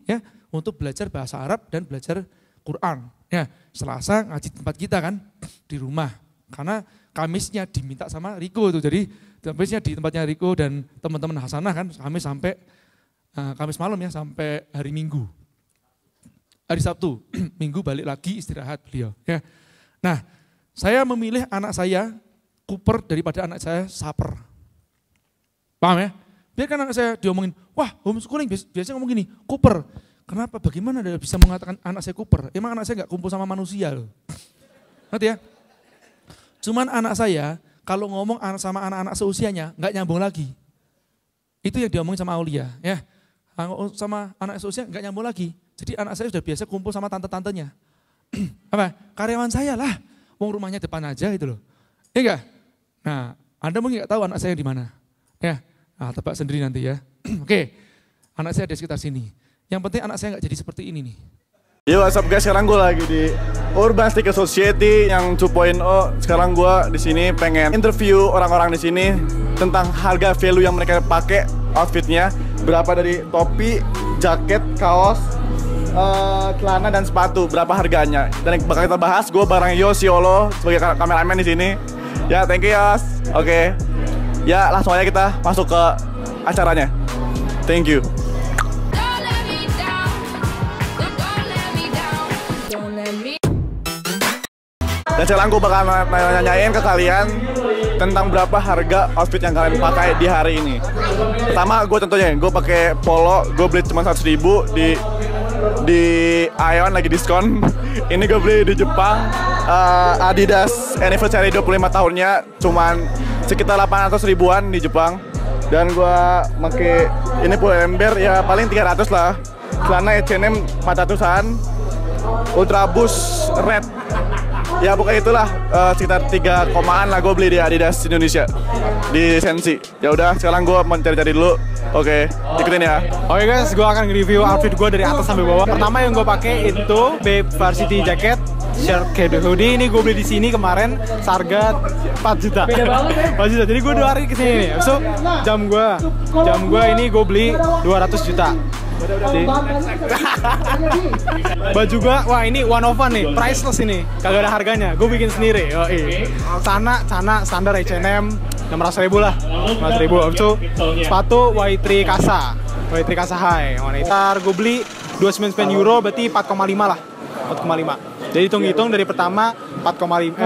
untuk belajar bahasa Arab dan belajar Quran. Ya, Selasa ngaji tempat kita kan di rumah. Karena Kamisnya diminta sama Riko tuh. Jadi Kamisnya di tempatnya Riko dan teman-teman Hasanah kan Kamis malam ya sampai hari Minggu. Hari Sabtu, Minggu balik lagi istirahat beliau. Ya. Nah, saya memilih anak saya Cooper daripada anak saya Saper. Paham ya? Biarkan anak saya diomongin, wah homeschooling biasanya ngomong gini, Cooper. Kenapa? Bagaimana dia bisa mengatakan anak saya Cooper? Emang anak saya gak kumpul sama manusia loh. Ngerti ya? Cuman anak saya kalau ngomong sama anak-anak seusianya gak nyambung lagi. Itu yang diomongin sama Aulia. Ya. Sama anak seusia gak nyambung lagi. Jadi anak saya sudah biasa kumpul sama tante-tantenya. Apa? Karyawan saya lah. Wong rumahnya depan aja gitu loh. Iya enggak? Nah, Anda mungkin gak tahu anak saya di mana. Ya, nah, tebak sendiri nanti ya. Oke, anak saya ada di sekitar sini. Yang penting anak saya gak jadi seperti ini nih. Yo, what's up guys? Sekarang gue lagi di Urban Sticker Society yang 2.0. Sekarang gue di sini pengen interview orang-orang di sini tentang harga value yang mereka pakai outfitnya. Berapa dari topi, jaket, kaos, celana dan sepatu, berapa harganya. Dan yang bakal kita bahas, gue bareng Yos Yolo sebagai kameramen di sini. Ya, thank you Yos. Oke. Ya, langsung aja kita masuk ke acaranya. Thank you. Dan sekarang gue bakal nanyain ke kalian tentang berapa harga outfit yang kalian pakai di hari ini. Pertama, gue tentunya gue pakai polo, gue beli cuma 100.000 di Ion lagi diskon. Ini gue beli di Jepang, Adidas anniversary 25 tahunnya cuman sekitar 800 ribuan di Jepang. Dan gue pakai ini polo ember ya paling 300 lah. Celana H&M 400-an, Ultra Boost Red. Ya pokoknya itulah sekitar 3 komaan lah gue beli di Adidas Indonesia di Sensi. Ya udah sekarang gue mau cari-cari dulu. Oke, ikutin ya. Oke guys, gue akan nge-review outfit gue dari atas sampai bawah. Pertama yang gue pakai itu Babe Varsity Jacket, shirt kayak hoodie. Ini gue beli di sini kemarin, seharga 4 juta. 4 juta. Jadi gue 2 hari kesini nih. So jam gue ini gue beli 200 juta. Baju gua, wah ini one of one nih, priceless ini, kagak ada harganya, gue bikin sendiri. Celana standar H&M 600.000 lah, 600.000. Abis itu sepatu Y3 Kasa High, warna hitam. Gue beli 29 euro, berarti 4,5 lah, 4,5. Jadi hitung-hitung dari pertama 4,5.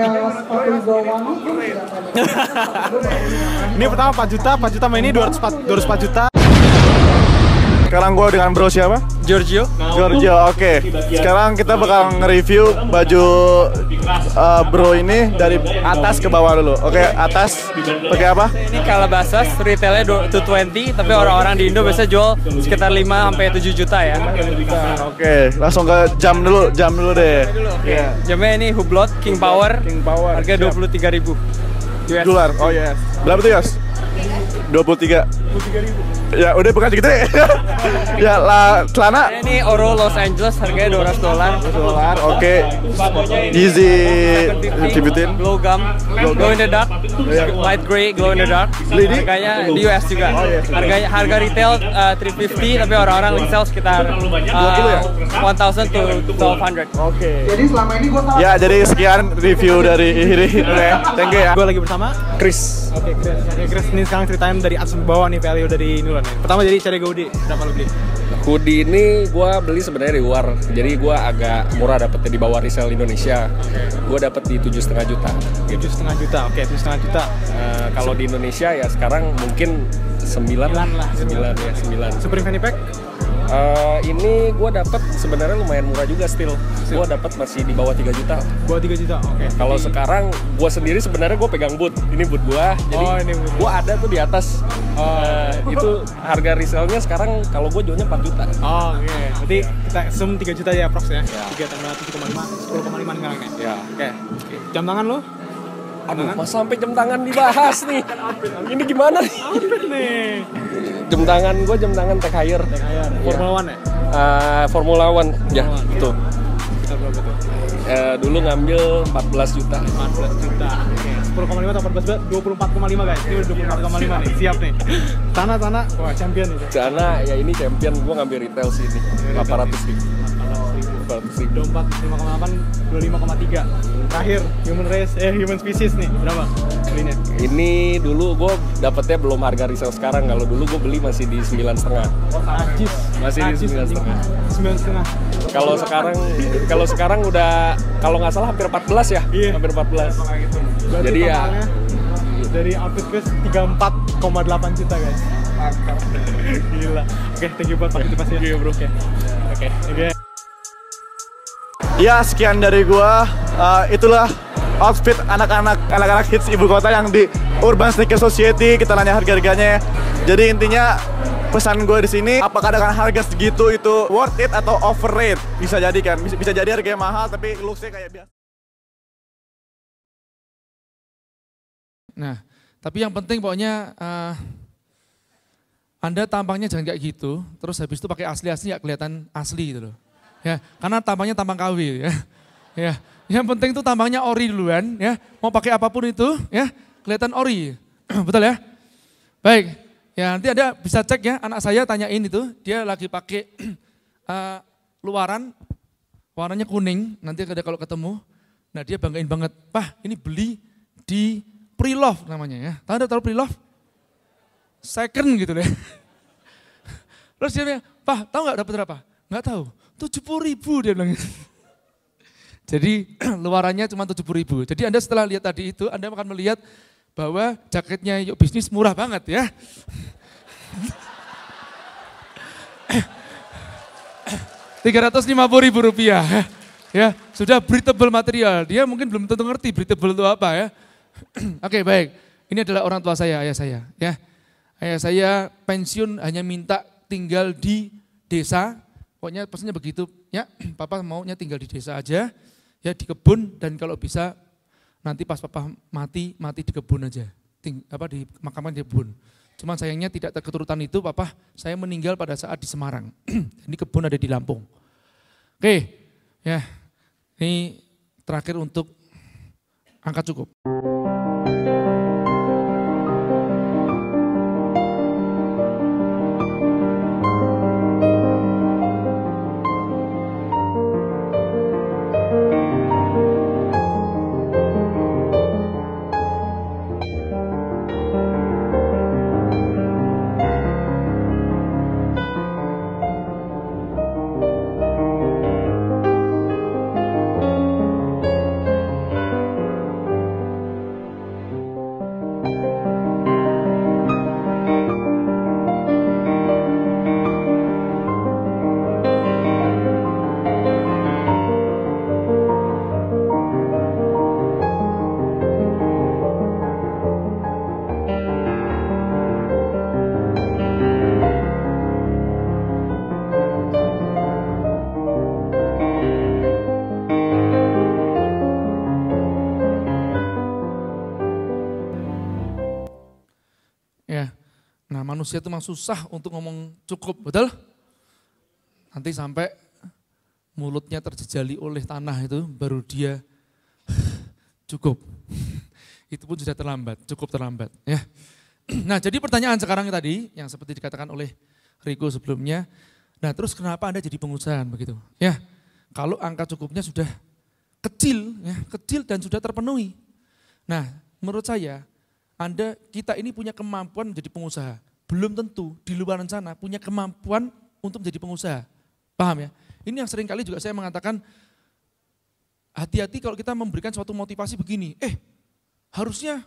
Ini pertama 4 juta sama ini 204 juta. Sekarang gue dengan bro siapa? Giorgio, oke. Sekarang kita bakal nge-review baju bro ini dari atas ke bawah dulu. Oke, atas pakai apa? Ini Calabasas, retailnya 220, tapi orang-orang di Indo biasa jual sekitar 5-7 juta ya. Oke, langsung ke jam dulu deh. Okay. Jamnya ini Hublot King Power, harga 23.000 dolar. Oh yes. Berapa tuh Yos? 23.000. Ya udah bukan segitu deh. Ya lah, celana ini Oro Los Angeles, harganya $200. Oke. Easy dibitin. Glow in the dark, light gray glow in the dark. Harganya di US juga. Harga retail 350, tapi orang-orang resell sekitar 1,000 to 1,200. Oke. Jadi selama ini gue tahu. Ya jadi sekian review dari Iri. Thank you ya. Gue lagi bersama Chris. Oke, Chris ini sekarang ceritain dari atas ke bawah nih value dari Nulan. Pertama jadi cari hoodie, berapa lo beli? Hoodie ini gue beli sebenarnya di luar, jadi gue agak murah dapetnya di bawah resell Indonesia. Gue dapet di 7,5 juta. 7,5 juta, oke 7,5 juta. Kalau di Indonesia ya sekarang mungkin 9 lah. 9. Supreme Fanny Pack? Ini gue dapet sebenarnya lumayan murah juga still. Gue dapet masih di bawah 3 juta. Bawah 3 juta, oke. Kalau sekarang gue sendiri sebenarnya gue pegang boot. Ini boot gue, jadi gue ada tuh di atas. Itu harga resellnya sekarang kalau gue jualnya 4 juta. Oke. Berarti kita zoom 3 juta ya approx ya? 3 tambah 7,5, 10,5 sekarang nih? Ya. Oke. Jam tangan lo? Aduh, mas sampai jam tangan dibahas nih. Ini gimana nih? Outfit nih. Jam tangan Tech Heuer. Formula One ya? Formula One, ya, betul. sekitar berapa tuh? Dulu ngambil 14 juta. 14 juta. Oke, 10,5 atau 14 juta, 24,5 guys. Ini udah 24,5 nih, siap nih. Tanah, wah champion itu. Sana ya ini champion, gue ngambil retail sih ini. 800 ribu. 800 ribu. 25,8, 25,3. Terakhir, human species nih, berapa belinya? Ini dulu gue dapetnya belum harga resale sekarang. Kalau dulu gue beli masih di 9,5. Najis. Masih di 9,5. 9,5. Kalau sekarang udah, kalau nggak salah hampir 14 ya? Iya. Hampir 14. Berarti Jadi ya dari outfit gue 34,8 juta guys. Mantap. Gila. Oke, thank you buat partisipasinya. Iya bro. Oke. Ya sekian dari gua. Itulah outfit anak-anak hits ibu kota yang di Urban Sneaker Society. Kita nanya harga-harganya. Jadi intinya pesan gue di sini, apakah dengan harga segitu itu worth it atau overrated? Bisa jadi kan, bisa jadi harganya mahal tapi looks-nya kayak biasa. Nah, tapi yang penting pokoknya Anda tampangnya jangan kayak gitu, terus habis itu pakai asli-asli nggak kelihatan asli gitu loh. Ya, karena tampangnya tampang KW ya. Ya, yang penting itu tampangnya ori duluan ya. Mau pakai apapun itu ya, kelihatan ori. Betul ya? Baik. Ya, nanti Anda bisa cek ya, anak saya tanyain itu, dia lagi pakai luaran warnanya kuning, nanti kalau ketemu, nah dia banggain banget, "Pah, ini beli di Pre-Love namanya ya." Tahu Pre-Love? Second gitu deh. Terus dia bilang, "Pah, tahu nggak dapat berapa?" "Nggak tahu." 70.000 dia bilang. Jadi luarannya cuma 70.000. Jadi Anda setelah lihat tadi itu, Anda akan melihat bahwa jaketnya Yuk Bisnis murah banget ya. 350.000 rupiah. Ya, sudah breathable material. Dia mungkin belum tentu ngerti breathable itu apa ya. Oke, baik. Ini adalah orang tua saya, ayah saya. Ya, ayah saya pensiun hanya minta tinggal di desa. Pokoknya pesannya begitu, ya papa maunya tinggal di desa aja, ya di kebun, dan kalau bisa nanti pas papa mati di kebun aja, dimakamkan di kebun. Cuman sayangnya tidak terketurutan itu, papa saya meninggal pada saat di Semarang, ini kebun ada di Lampung. Oke, ya ini terakhir untuk angka cukup. Manusia itu memang susah untuk ngomong cukup, betul? Nanti sampai mulutnya terjejali oleh tanah itu baru dia cukup. Itu pun sudah terlambat, cukup terlambat. Ya. Nah jadi pertanyaan sekarang tadi yang seperti dikatakan oleh Riko sebelumnya, nah terus kenapa Anda jadi pengusaha begitu? Ya, kalau angka cukupnya sudah kecil, ya, kecil dan sudah terpenuhi. Nah menurut saya kita ini punya kemampuan menjadi pengusaha. Belum tentu di luar sana punya kemampuan untuk menjadi pengusaha. Paham ya? Ini yang sering kali juga saya mengatakan, hati-hati kalau kita memberikan suatu motivasi begini, harusnya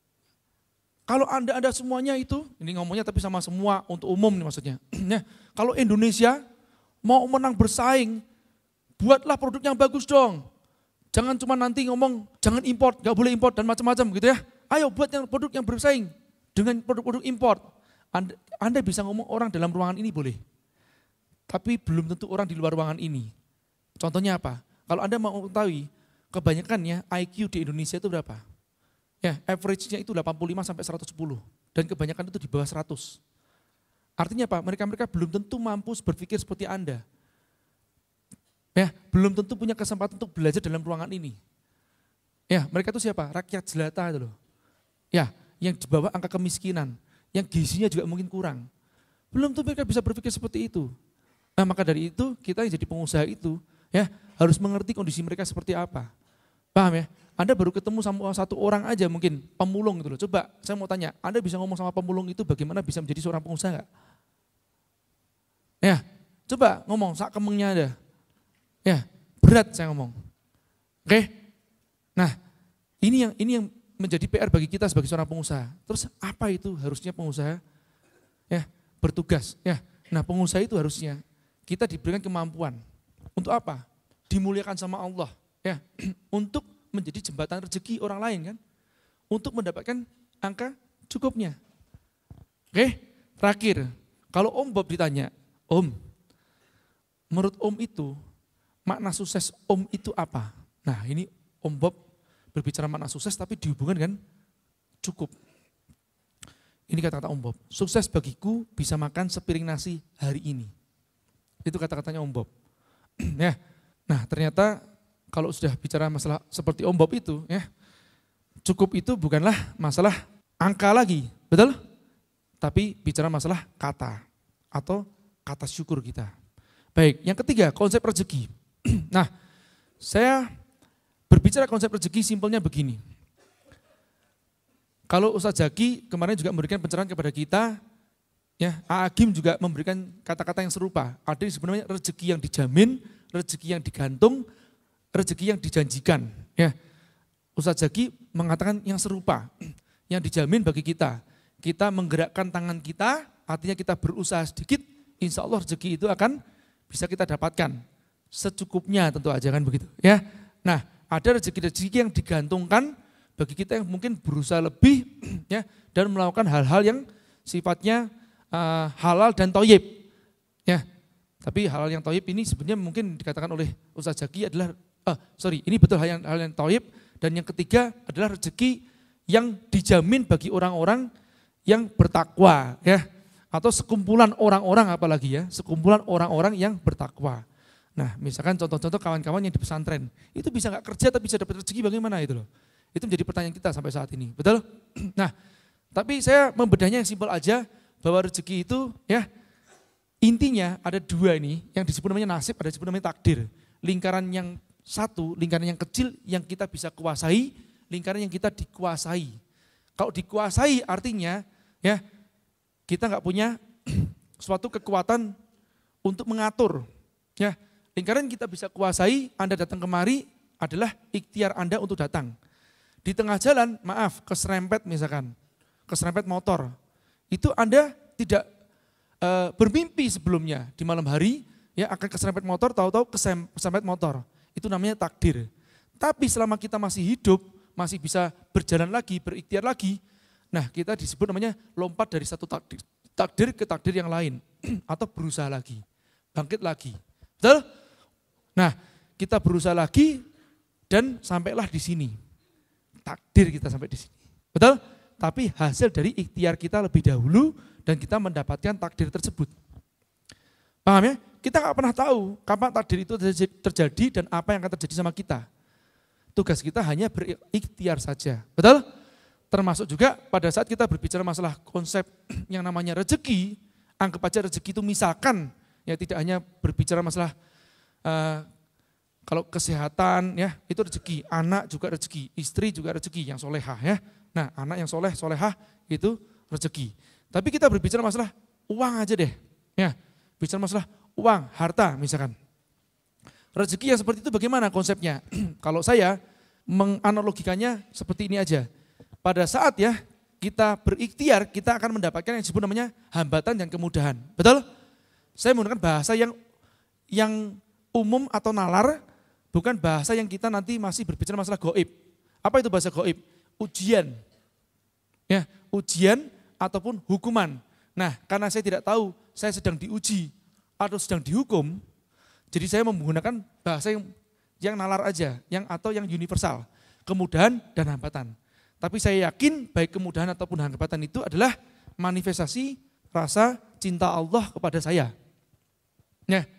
kalau Anda semuanya itu, ini ngomongnya tapi sama semua untuk umum nih maksudnya. Nah, kalau Indonesia mau menang bersaing, buatlah produk yang bagus dong. Jangan cuma nanti ngomong, jangan import, gak boleh import dan macam-macam gitu ya. Ayo buat produk yang bersaing dengan produk-produk import. Anda bisa ngomong orang dalam ruangan ini boleh, tapi belum tentu orang di luar ruangan ini. Contohnya apa? Kalau Anda mau mengetahui, kebanyakannya IQ di Indonesia itu berapa? Ya, average-nya itu 85 sampai 110 dan kebanyakan itu di bawah 100. Artinya apa? Mereka belum tentu mampu berpikir seperti Anda. Ya, belum tentu punya kesempatan untuk belajar dalam ruangan ini. Ya, mereka itu siapa? Rakyat jelata itu loh. Ya, yang di bawah angka kemiskinan, yang gizinya juga mungkin kurang. Belum tentu mereka bisa berpikir seperti itu. Nah, maka dari itu kita yang jadi pengusaha itu ya harus mengerti kondisi mereka seperti apa. Paham ya? Anda baru ketemu sama satu orang aja mungkin pemulung gitu loh. Coba saya mau tanya, Anda bisa ngomong sama pemulung itu bagaimana bisa menjadi seorang pengusaha enggak? Ya, coba ngomong sak kemengnya ada. Ya, berat saya ngomong. Oke? Nah, ini yang menjadi PR bagi kita sebagai seorang pengusaha. Terus apa itu harusnya pengusaha? Ya, bertugas. Ya, nah pengusaha itu harusnya kita diberikan kemampuan. Untuk apa? Dimuliakan sama Allah. Ya, untuk menjadi jembatan rezeki orang lain kan. Untuk mendapatkan angka cukupnya. Oke, terakhir. Kalau Om Bob ditanya, Om, menurut Om itu, makna sukses Om itu apa? Nah ini Om Bob berbicara makna sukses tapi dihubungkan dengan cukup. Ini kata-kata Om Bob, sukses bagiku bisa makan sepiring nasi hari ini. Itu kata-katanya Om Bob. Ya. Nah ternyata kalau sudah bicara masalah seperti Om Bob itu, ya, cukup itu bukanlah masalah angka lagi, betul? Tapi bicara masalah kata atau kata syukur kita. Baik, yang ketiga konsep rezeki. Nah, saya berbicara konsep rezeki simpelnya begini. Kalau Ustadz Zaki kemarin juga memberikan pencerahan kepada kita, ya, Agim juga memberikan kata-kata yang serupa. Ada yang sebenarnya rezeki yang dijamin, rezeki yang digantung, rezeki yang dijanjikan. Ya, Ustadz Zaki mengatakan yang serupa, yang dijamin bagi kita. Kita menggerakkan tangan kita, artinya kita berusaha sedikit, insya Allah rezeki itu akan bisa kita dapatkan. Secukupnya tentu aja kan begitu. Ya, nah ada rezeki-rezeki yang digantungkan bagi kita yang mungkin berusaha lebih ya dan melakukan hal-hal yang sifatnya halal dan thayyib. Ya, tapi hal yang thayyib ini sebenarnya mungkin dikatakan oleh Ustadz Zaki adalah ini betul hal yang thayyib. Dan yang ketiga adalah rezeki yang dijamin bagi orang-orang yang bertakwa ya, atau sekumpulan orang-orang apalagi ya, sekumpulan orang-orang yang bertakwa. Nah misalkan contoh-contoh kawan-kawan yang di pesantren, itu bisa nggak kerja tapi bisa dapat rezeki bagaimana itu loh. Itu menjadi pertanyaan kita sampai saat ini, betul? Nah tapi saya membedahnya yang simpel aja, bahwa rezeki itu ya intinya ada dua ini, yang disebut namanya nasib, ada disebut namanya takdir. Lingkaran yang satu, lingkaran yang kecil yang kita bisa kuasai, lingkaran yang kita dikuasai. Kalau dikuasai artinya ya kita nggak punya suatu kekuatan untuk mengatur. Ya, lingkaran kita bisa kuasai, Anda datang kemari adalah ikhtiar Anda untuk datang. Di tengah jalan, maaf, keserempet misalkan, keserempet motor. Itu Anda tidak bermimpi sebelumnya di malam hari ya akan keserempet motor, tahu-tahu keserempet motor. Itu namanya takdir. Tapi selama kita masih hidup, masih bisa berjalan lagi, berikhtiar lagi, nah kita disebut namanya lompat dari satu takdir ke takdir yang lain. Atau berusaha lagi, bangkit lagi. Betul? Nah kita berusaha lagi dan sampailah di sini. Takdir kita sampai di sini. Betul? Tapi hasil dari ikhtiar kita lebih dahulu dan kita mendapatkan takdir tersebut. Paham ya? Kita nggak pernah tahu kapan takdir itu terjadi dan apa yang akan terjadi sama kita. Tugas kita hanya berikhtiar saja. Betul? Termasuk juga pada saat kita berbicara masalah konsep yang namanya rezeki, anggap aja rezeki itu misalkan, ya tidak hanya berbicara masalah kalau kesehatan ya itu rezeki, anak juga rezeki, istri juga rezeki yang solehah ya. Nah anak yang solehah itu rezeki. Tapi kita berbicara masalah uang aja deh, ya bicara masalah uang, harta misalkan. Rezeki yang seperti itu bagaimana konsepnya? Kalau saya menganalogikannya seperti ini aja. Pada saat ya kita berikhtiar, kita akan mendapatkan yang disebut namanya hambatan dan kemudahan. Betul? Saya menggunakan bahasa yang umum atau nalar, bukan bahasa yang kita nanti masih berbicara masalah gaib. Apa itu bahasa gaib? Ujian. Ya, ujian ataupun hukuman. Nah, karena saya tidak tahu saya sedang diuji atau sedang dihukum, jadi saya menggunakan bahasa yang nalar aja, atau yang universal, kemudahan dan hambatan. Tapi saya yakin baik kemudahan ataupun hambatan itu adalah manifestasi rasa cinta Allah kepada saya. Ya,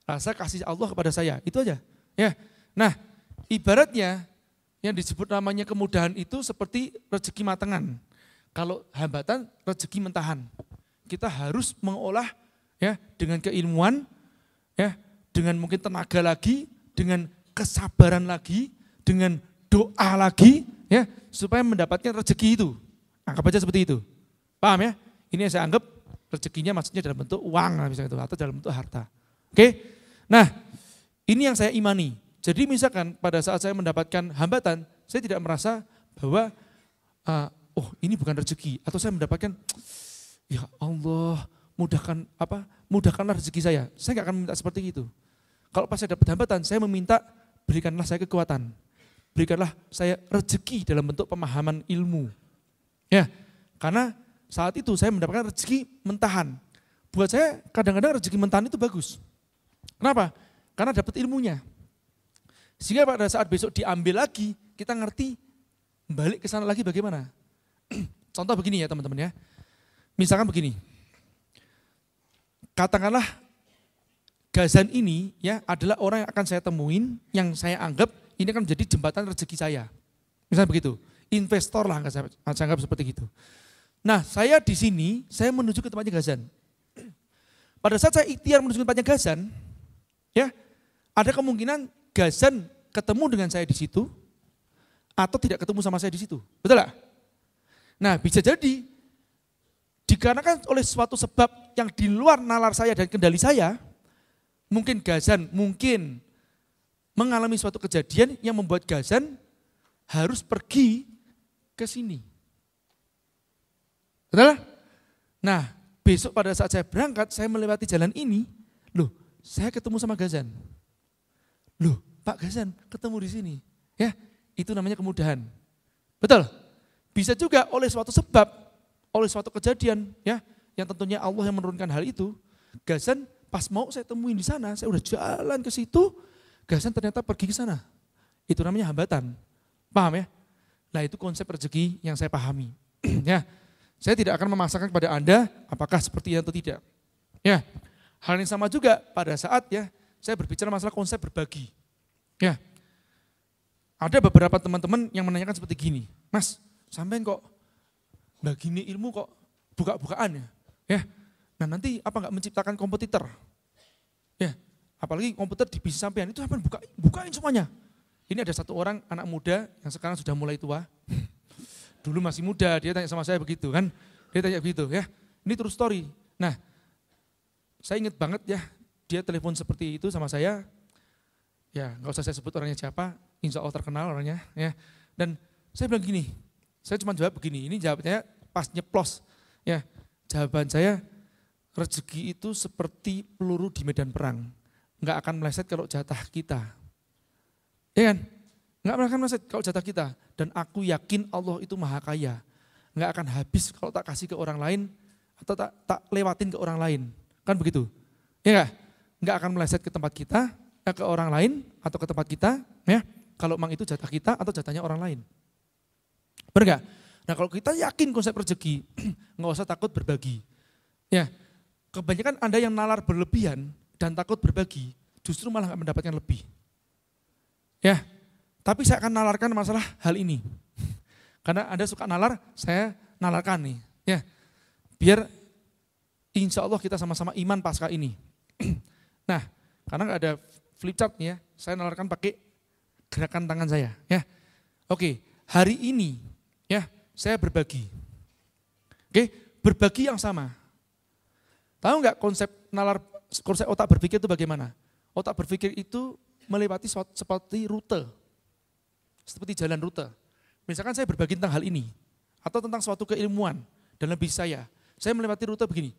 rasa kasih Allah kepada saya. Itu aja. Ya. Nah, ibaratnya yang disebut namanya kemudahan itu seperti rezeki matangan. Kalau hambatan, rezeki mentahan. Kita harus mengolah ya dengan keilmuan, ya dengan mungkin tenaga lagi, dengan kesabaran lagi, dengan doa lagi, ya supaya mendapatkan rezeki itu. Anggap aja seperti itu. Paham ya? Ini yang saya anggap rezekinya maksudnya dalam bentuk uang misalnya itu, atau dalam bentuk harta. Oke? Nah, ini yang saya imani. Jadi misalkan pada saat saya mendapatkan hambatan, saya tidak merasa bahwa oh ini bukan rezeki, atau saya mendapatkan ya Allah mudahkanlah rezeki saya. Saya nggak akan minta seperti itu. Kalau pas saya dapat hambatan, saya meminta berikanlah saya kekuatan, berikanlah saya rezeki dalam bentuk pemahaman ilmu. Ya, karena saat itu saya mendapatkan rezeki mentahan. Buat saya kadang-kadang rezeki mentahan itu bagus. Kenapa? Karena dapat ilmunya. Sehingga pada saat besok diambil lagi, kita ngerti balik ke sana lagi bagaimana. Contoh begini ya teman-teman ya. Misalkan begini. Katakanlah Gazan ini ya adalah orang yang akan saya temuin, yang saya anggap ini akan menjadi jembatan rezeki saya. Misalnya begitu. Investor lah saya anggap seperti itu. Nah, saya di sini, saya menuju ke tempatnya Gazan. Pada saat saya ikhtiar menuju ke tempatnya Gazan, ya, ada kemungkinan Gazan ketemu dengan saya di situ atau tidak ketemu sama saya di situ. Betul nggak? Nah, bisa jadi dikarenakan oleh suatu sebab yang di luar nalar saya dan kendali saya, mungkin Gazan mengalami suatu kejadian yang membuat Gazan harus pergi ke sini. Betul? Nah, besok pada saat saya berangkat, saya melewati jalan ini, loh, saya ketemu sama Gazan. Loh, Pak Gazan ketemu di sini. Ya, itu namanya kemudahan. Betul? Bisa juga oleh suatu sebab, oleh suatu kejadian, ya, yang tentunya Allah yang menurunkan hal itu. Gazan pas mau saya temuin di sana, saya udah jalan ke situ, Gazan ternyata pergi ke sana. Itu namanya hambatan. Paham ya? Nah, itu konsep rezeki yang saya pahami. Ya. Saya tidak akan memaksakan kepada Anda apakah seperti itu atau tidak. Ya. Hal yang sama juga pada saat ya saya berbicara masalah konsep berbagi. Ya. Ada beberapa teman-teman yang menanyakan seperti gini, Mas, sampean kok bagi ini ilmu kok buka-bukaan ya? Ya. Nah, nanti apa enggak menciptakan kompetitor? Ya. Apalagi komputer di bisnis sampean itu sampean bukain semuanya. Ini ada satu orang anak muda yang sekarang sudah mulai tua. Dulu masih muda, dia tanya sama saya begitu kan. Dia tanya begitu ya. Ini true story. Nah, saya ingat banget ya, dia telepon seperti itu sama saya. Ya, nggak usah saya sebut orangnya siapa, insya Allah terkenal orangnya. Ya. Dan saya bilang gini, saya cuma jawab begini, ini jawabnya pas nyeplos. Ya, jawaban saya, rezeki itu seperti peluru di medan perang. Nggak akan meleset kalau jatah kita. Ya kan? Nggak akan meleset kalau jatah kita. Dan aku yakin Allah itu maha kaya. Nggak akan habis kalau tak kasih ke orang lain atau tak lewatin ke orang lain. Kan begitu? Ya nggak? Nggak akan meleset ke tempat kita, ke orang lain atau ke tempat kita. Ya, kalau memang itu jatah kita atau jatahnya orang lain. Benar nggak? Nah, kalau kita yakin konsep rezeki, nggak usah takut berbagi. Ya, kebanyakan Anda yang nalar berlebihan dan takut berbagi, justru malah nggak mendapatkan lebih. Ya, tapi saya akan nalarkan masalah hal ini. Karena Anda suka nalar, saya nalarkan nih. Ya, biar insya Allah kita sama-sama iman pasca ini. Nah, karena nggak ada flip chart nih ya, saya nalarkan pakai gerakan tangan saya. Ya, oke, hari ini ya saya berbagi. Oke, berbagi yang sama. Tahu nggak konsep otak berpikir itu bagaimana? Otak berpikir itu melewati seperti rute. Seperti jalan rute. Misalkan saya berbagi tentang hal ini, atau tentang suatu keilmuan dalam bisnis saya melewati rute begini.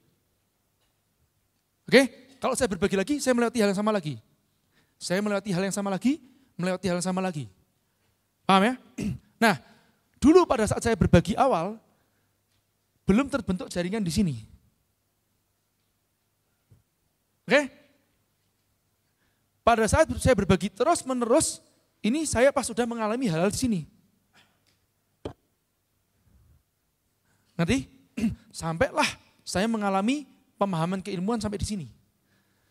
Oke, kalau saya berbagi lagi, saya melewati hal yang sama lagi. Saya melewati hal yang sama lagi, melewati hal yang sama lagi. Paham ya? Nah, dulu pada saat saya berbagi awal, belum terbentuk jaringan di sini. Oke? Pada saat saya berbagi terus menerus, ini saya pas sudah mengalami hal-hal di sini. Nanti sampailah saya mengalami pemahaman keilmuan sampai di sini.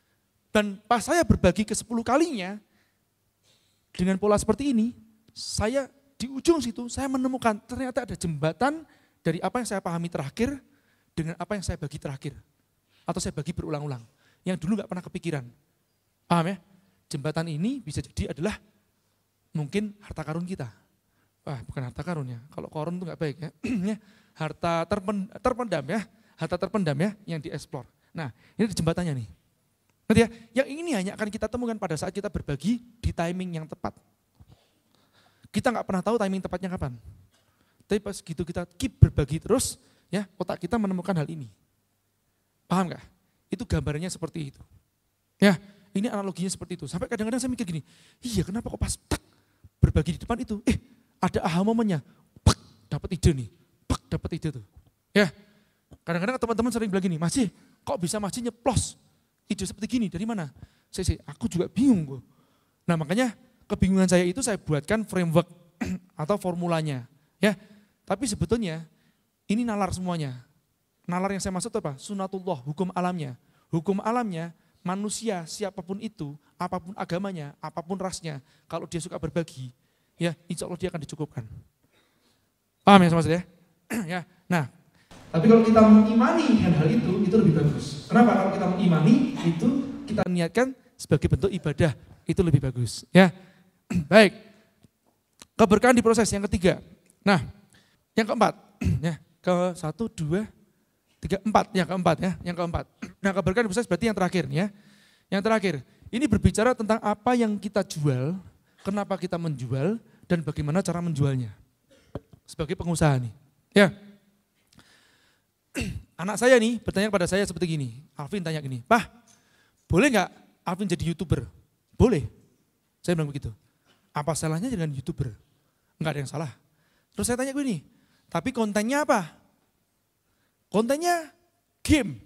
Dan pas saya berbagi ke 10 kalinya, dengan pola seperti ini, saya di ujung situ, saya menemukan ternyata ada jembatan dari apa yang saya pahami terakhir, dengan apa yang saya bagi terakhir. Atau saya bagi berulang-ulang, yang dulu gak pernah kepikiran. Paham ya? Jembatan ini bisa jadi adalah mungkin harta karun kita. Wah, bukan harta karun ya, kalau korun itu gak baik ya. Harta terpendam ya, harta terpendam ya, yang dieksplor. Nah, ini jembatannya nih. Nanti ya, yang ini hanya akan kita temukan pada saat kita berbagi di timing yang tepat. Kita nggak pernah tahu timing tepatnya kapan. Tapi pas gitu kita keep berbagi terus, ya otak kita menemukan hal ini. Paham nggak? Itu gambarnya seperti itu. Ya, ini analoginya seperti itu. Sampai kadang-kadang saya mikir gini, iya kenapa kok pas berbagi di depan itu, ada aha momennya, dapat ide nih, dapat ide tuh. Ya, kadang-kadang teman-teman sering bilang gini, masih kok bisa masih nyeplos? Ide seperti gini, dari mana? Aku juga bingung kok. Nah makanya kebingungan saya itu saya buatkan framework atau formulanya. Ya, tapi sebetulnya ini nalar semuanya. Nalar yang saya maksud apa? Sunatullah, hukum alamnya. Hukum alamnya manusia siapapun itu, apapun agamanya, apapun rasnya, kalau dia suka berbagi, ya insya Allah dia akan dicukupkan. Paham ya maksudnya? Ya, nah. Tapi kalau kita mengimani hal-hal itu lebih bagus. Kenapa? Kalau kita mengimani itu kita niatkan sebagai bentuk ibadah, itu lebih bagus. Ya, baik. Keberkahan di proses yang ketiga. Nah, yang keempat, ya ke 1, 2, 3, 4, ya keempat ya, yang keempat. Nah, keberkahan di proses berarti yang terakhir ya. Yang terakhir, ini berbicara tentang apa yang kita jual, kenapa kita menjual, dan bagaimana cara menjualnya. Sebagai pengusaha nih, ya. Anak saya nih bertanya kepada saya seperti gini, Alvin tanya gini, "Pak, boleh nggak Alvin jadi YouTuber?" "Boleh." Saya bilang begitu. "Apa salahnya dengan YouTuber?" "Enggak ada yang salah." Terus saya tanya gini, "Tapi kontennya apa?" "Kontennya game."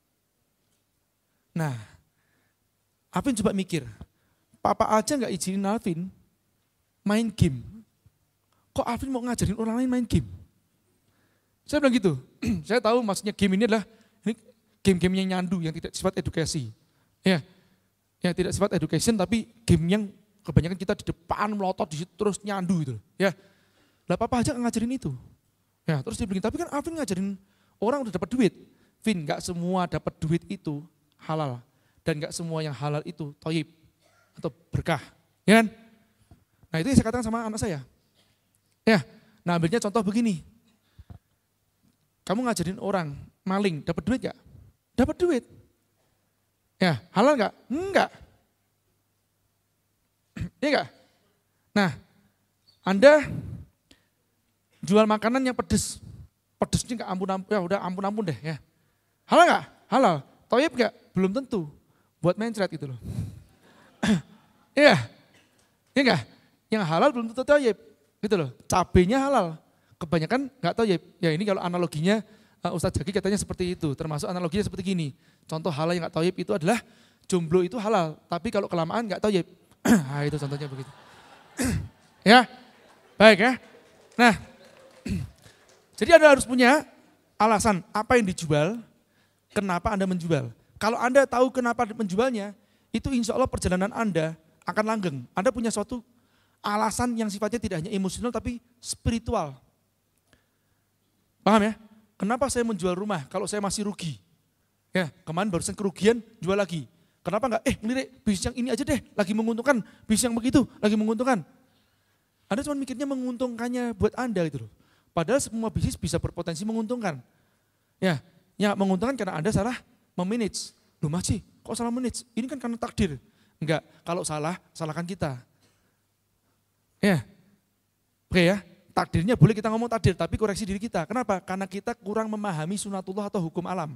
Nah, Alvin coba mikir, papa aja nggak izinin Alvin main game. Kok Alvin mau ngajarin orang lain main game? Saya bilang gitu, saya tahu maksudnya game ini adalah ini game-game yang nyandu, yang tidak sifat edukasi. Ya, yang tidak sifat education tapi game yang kebanyakan kita di depan melotot di situ terus nyandu gitu. Ya, lah papa aja ngajarin itu. Ya, terus dia bilang, tapi kan Alvin ngajarin orang udah dapat duit. Vin, nggak semua dapat duit itu halal dan nggak semua yang halal itu thayyib atau berkah, ya kan? Nah itu yang saya katakan sama anak saya. Ya, nah ambilnya contoh begini. Kamu ngajarin orang maling, dapat duit gak? Dapat duit. Ya, halal gak? Enggak. Iya gak? Nah, Anda jual makanan yang pedes. Pedesnya gak ampun-ampun, ya udah ampun-ampun deh ya. Halal gak? Halal. Thayyib gak? Belum tentu. Buat mencret gitu loh. Iya. Iya gak? Yang halal belum tentu thayyib. Gitu loh. Cabenya halal. Kebanyakan nggak tahu ya ini kalau analoginya Ustadz Jaki katanya seperti itu, termasuk analoginya seperti gini. Contoh halal yang nggak tayyib itu adalah jomblo itu halal, tapi kalau kelamaan nggak tayyib. Nah itu contohnya begitu. Ya, baik ya. Nah, jadi Anda harus punya alasan apa yang dijual, kenapa Anda menjual. Kalau Anda tahu kenapa menjualnya, itu insya Allah perjalanan Anda akan langgeng. Anda punya suatu alasan yang sifatnya tidak hanya emosional tapi spiritual. Paham ya? Kenapa saya menjual rumah kalau saya masih rugi? Ya, kemarin barusan kerugian, jual lagi. Kenapa enggak? Ngelirik bisnis yang ini aja deh, lagi menguntungkan. Bisnis yang begitu, lagi menguntungkan. Anda cuma mikirnya menguntungkannya buat Anda gitu loh. Padahal semua bisnis bisa berpotensi menguntungkan. Ya, yang menguntungkan karena Anda salah memanage. Loh masih, kok salah manage? Ini kan karena takdir. Enggak, kalau salah, salahkan kita. Ya, oke ya. Takdirnya boleh kita ngomong takdir, tapi koreksi diri kita. Kenapa? Karena kita kurang memahami sunatullah atau hukum alam.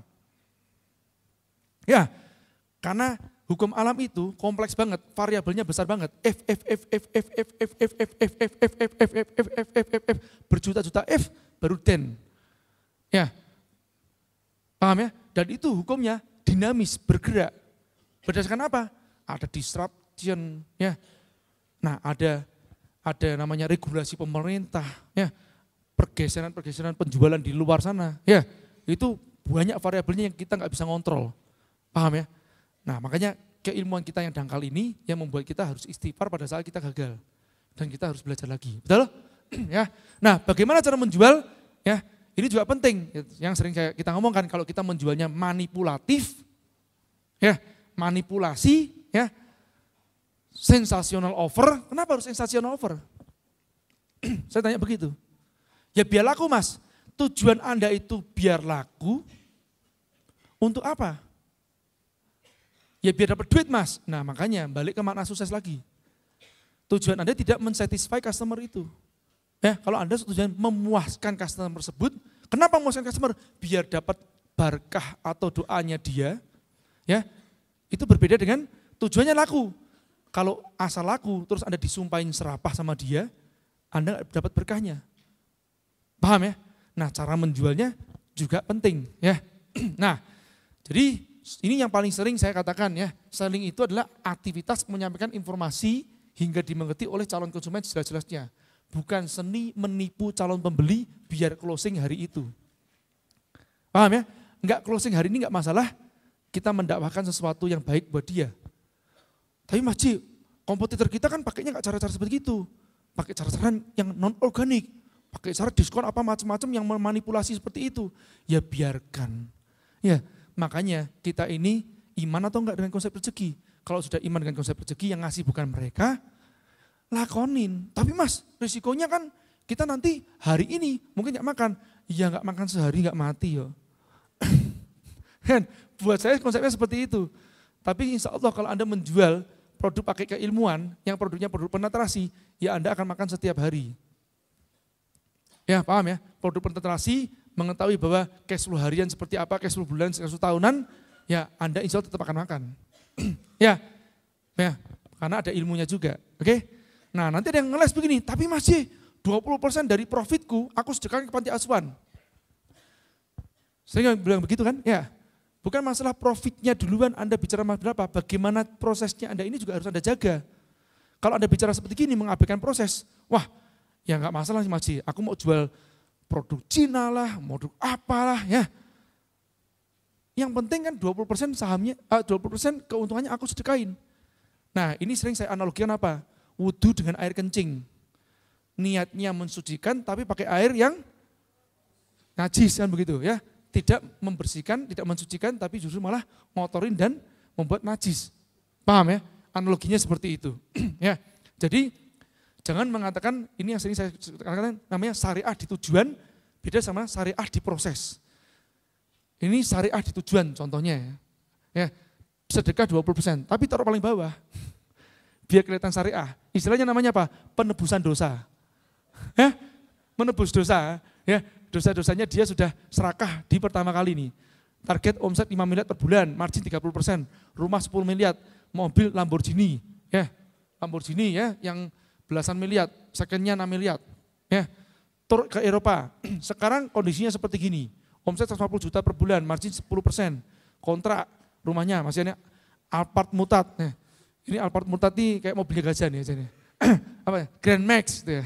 Ya, karena hukum alam itu kompleks banget, variabelnya besar banget. Berjuta-juta F baru den. Ya, paham ya? Dan itu hukumnya dinamis, bergerak. Berdasarkan apa? Ada disruption, ya. Nah, ada namanya regulasi pemerintah, ya, pergeseran penjualan di luar sana, ya, itu banyak variabelnya yang kita nggak bisa ngontrol, paham ya? Nah makanya keilmuan kita yang dangkal ini yang membuat kita harus istighfar pada saat kita gagal. Dan kita harus belajar lagi. Betul? Ya. Nah, bagaimana cara menjual? Ya, ini juga penting. Yang sering kita ngomongkan, kalau kita menjualnya manipulatif, ya, manipulasi, ya, sensational offer. Kenapa harus sensational offer? Saya tanya begitu. Ya biar laku, Mas. Tujuan Anda itu biar laku untuk apa? Ya biar dapat duit, Mas. Nah, makanya balik ke makna sukses lagi. Tujuan Anda tidak mensatisfy customer itu. Ya, kalau Anda tujuan memuaskan customer tersebut, kenapa memuaskan customer? Biar dapat berkah atau doanya dia. Ya, itu berbeda dengan tujuannya laku. Kalau asal laku, terus Anda disumpahin serapah sama dia, Anda dapat berkahnya. Paham ya? Nah, cara menjualnya juga penting. Ya. Nah, jadi ini yang paling sering saya katakan ya, selling itu adalah aktivitas menyampaikan informasi hingga dimengerti oleh calon konsumen sejelas-jelasnya. Bukan seni menipu calon pembeli biar closing hari itu. Paham ya? Enggak closing hari ini enggak masalah, kita mendakwahkan sesuatu yang baik buat dia. Tapi Mas Ji, kompetitor kita kan pakainya enggak cara-cara seperti itu. Pakai cara-cara yang non-organik, pakai cara diskon apa macam-macam yang memanipulasi seperti itu. Ya biarkan. Ya. Makanya kita ini iman atau enggak dengan konsep rezeki. Kalau sudah iman dengan konsep rezeki yang ngasih bukan mereka, lakonin. Tapi Mas, risikonya kan kita nanti hari ini mungkin enggak makan. Ya enggak makan sehari enggak mati yo. Kan buat saya konsepnya seperti itu. Tapi insya Allah kalau Anda menjual produk pakai keilmuan, yang produknya produk penetrasi, ya Anda akan makan setiap hari. Ya paham ya, produk penetrasi, mengetahui bahwa cash flow harian seperti apa, cash flow bulan, cash flow tahunan, ya Anda insya Allah tetap akan makan. ya, karena ada ilmunya juga. Oke? Nah nanti ada yang ngeles begini, tapi masih 20% dari profitku aku sedekahkan ke panti asuhan. Saya bilang begitu kan? Ya, bukan masalah profitnya duluan Anda bicara berapa, bagaimana prosesnya Anda ini juga harus Anda jaga. Kalau Anda bicara seperti ini mengabaikan proses, wah ya nggak masalah sih Mas Ji, aku mau jual produk Cina lah, produk apalah ya. Yang penting kan 20% sahamnya, 20% keuntungannya aku sedekahin. Nah ini sering saya analogikan apa? Wudhu dengan air kencing. Niatnya mensucikan tapi pakai air yang najis kan begitu ya. Tidak membersihkan, tidak mensucikan tapi justru malah ngotorin dan membuat najis. Paham ya? Analoginya seperti itu. ya. Jadi jangan mengatakan, ini yang sering saya katakan namanya syariah di tujuan, beda sama syariah di proses. Ini syariah di tujuan contohnya ya. Sedekah 20%, tapi taruh paling bawah. Biar kelihatan syariah. Istilahnya namanya apa? Penebusan dosa. Ya, menebus dosa. Ya, dosa-dosanya dia sudah serakah di pertama kali nih. Target omset 5 miliar per bulan, margin 30%, rumah 10 miliar, mobil Lamborghini. Ya, Lamborghini ya, yang belasan miliar, secondnya 6 miliar. Ya, tur ke Eropa. Sekarang kondisinya seperti gini. Omset 150 juta per bulan, margin 10%. Kontrak rumahnya masih ada Alphard Mutat. Nah, ini Alphard Mutat nih kayak mobilnya gajah nih aja nih. Apa ya? Grand Max gitu ya.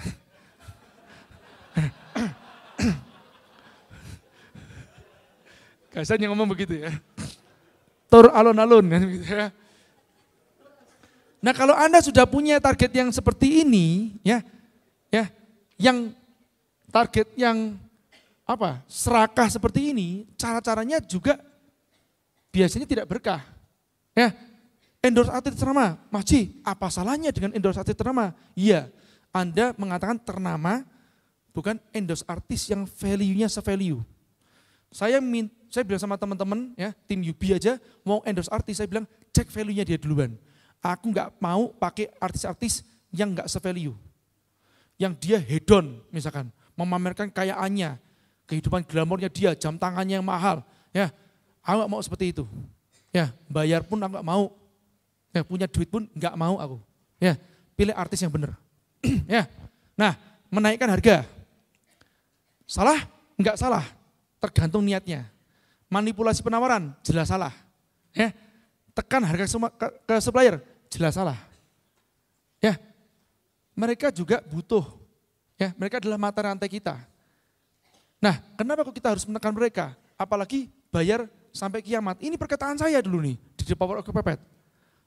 Gajah yang ngomong begitu ya. Tur alun-alun kan gitu ya. Nah, kalau Anda sudah punya target yang seperti ini ya, yang target yang apa? Serakah seperti ini, cara-caranya juga biasanya tidak berkah. Ya, endorse artis ternama, Mas Ji, apa salahnya dengan endorse artis ternama? Iya, Anda mengatakan ternama, bukan endorse artis yang value-nya se-value. Saya bilang sama teman-teman, ya tim Yubi aja, mau endorse artis, saya bilang cek value-nya dia duluan. Aku nggak mau pakai artis-artis yang nggak se-value. Yang dia hedon misalkan, memamerkan kekayaannya, kehidupan glamornya dia, jam tangannya yang mahal. Ya, aku nggak mau seperti itu. Ya, bayar pun aku nggak mau. Ya, punya duit pun nggak mau aku. Ya, pilih artis yang benar. ya, nah menaikkan harga. Salah? Nggak salah. Tergantung niatnya. Manipulasi penawaran, jelas salah. Ya, tekan harga ke supplier, jelas salah. Ya, mereka juga butuh. Ya, mereka adalah mata rantai kita. Nah, kenapa kok kita harus menekan mereka? Apalagi bayar sampai kiamat. Ini perkataan saya dulu nih di The Power of Kepepet.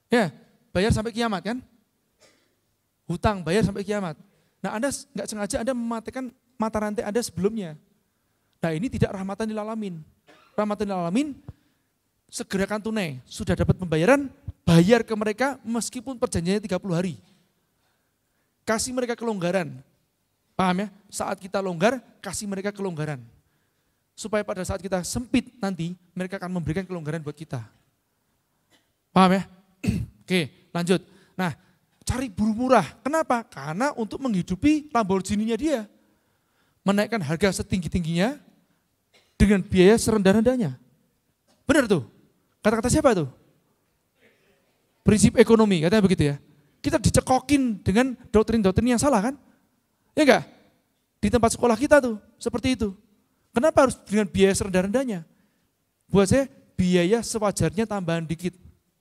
Ya, bayar sampai kiamat kan? Hutang bayar sampai kiamat. Nah Anda nggak sengaja Anda mematikan mata rantai Anda sebelumnya. Nah ini tidak rahmatan lil alamin. Rahmatan lil alamin, segerakan tunai. Sudah dapat pembayaran, bayar ke mereka meskipun perjanjiannya 30 hari. Kasih mereka kelonggaran. Paham ya? Saat kita longgar, kasih mereka kelonggaran. Supaya pada saat kita sempit nanti, mereka akan memberikan kelonggaran buat kita. Paham ya? Oke, lanjut. Nah, cari buruh murah. Kenapa? Karena untuk menghidupi Lamborghini-nya dia. Menaikkan harga setinggi-tingginya dengan biaya serendah-rendahnya. Benar tuh? Kata-kata siapa tuh? Prinsip ekonomi, katanya begitu ya. Kita dicekokin dengan doktrin-doktrin yang salah kan? Ya enggak? Di tempat sekolah kita tuh, seperti itu. Kenapa harus dengan biaya serendah-rendahnya? Buat saya, biaya sewajarnya tambahan dikit.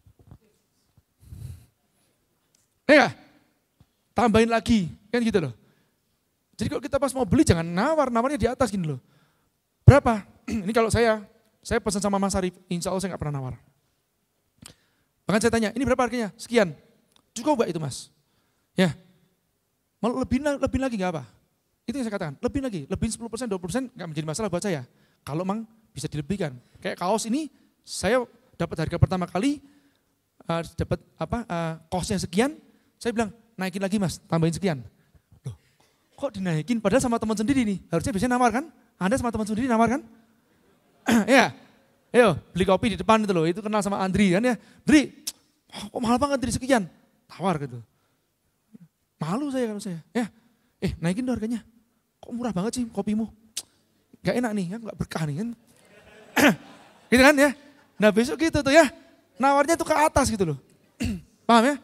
Ya enggak? Tambahin lagi, kan gitu loh. Jadi kalau kita pas mau beli jangan nawarnya di atas gini loh. Berapa? Ini kalau saya pesan sama Mas Arif, insya Allah saya nggak pernah nawar. Bahkan saya tanya, ini berapa harganya? Sekian. Cukup nggak itu Mas? Ya. Mau lebih lagi nggak apa? Itu yang saya katakan, lebih lagi, lebih 10%, 20% nggak menjadi masalah buat saya. Kalau memang bisa dilebihkan. Kayak kaos ini, saya dapat harga pertama kali, dapat kosnya sekian, saya bilang, naikin lagi Mas, tambahin sekian. Loh, kok dinaikin? Padahal sama teman sendiri nih, harusnya biasanya nawar kan? Anda sama teman sendiri nawar kan? Ya, ayo beli kopi di depan itu loh, itu kenal sama Andri kan ya. Andri, kok mahal banget Andri sekian? Tawar gitu. Malu saya kalau saya, ya, naikin dong harganya. Kok murah banget sih kopimu? Gak enak nih, gak berkah nih kan. Gitu kan ya. Nah besok gitu tuh ya, nawarnya tuh ke atas gitu loh. Paham ya?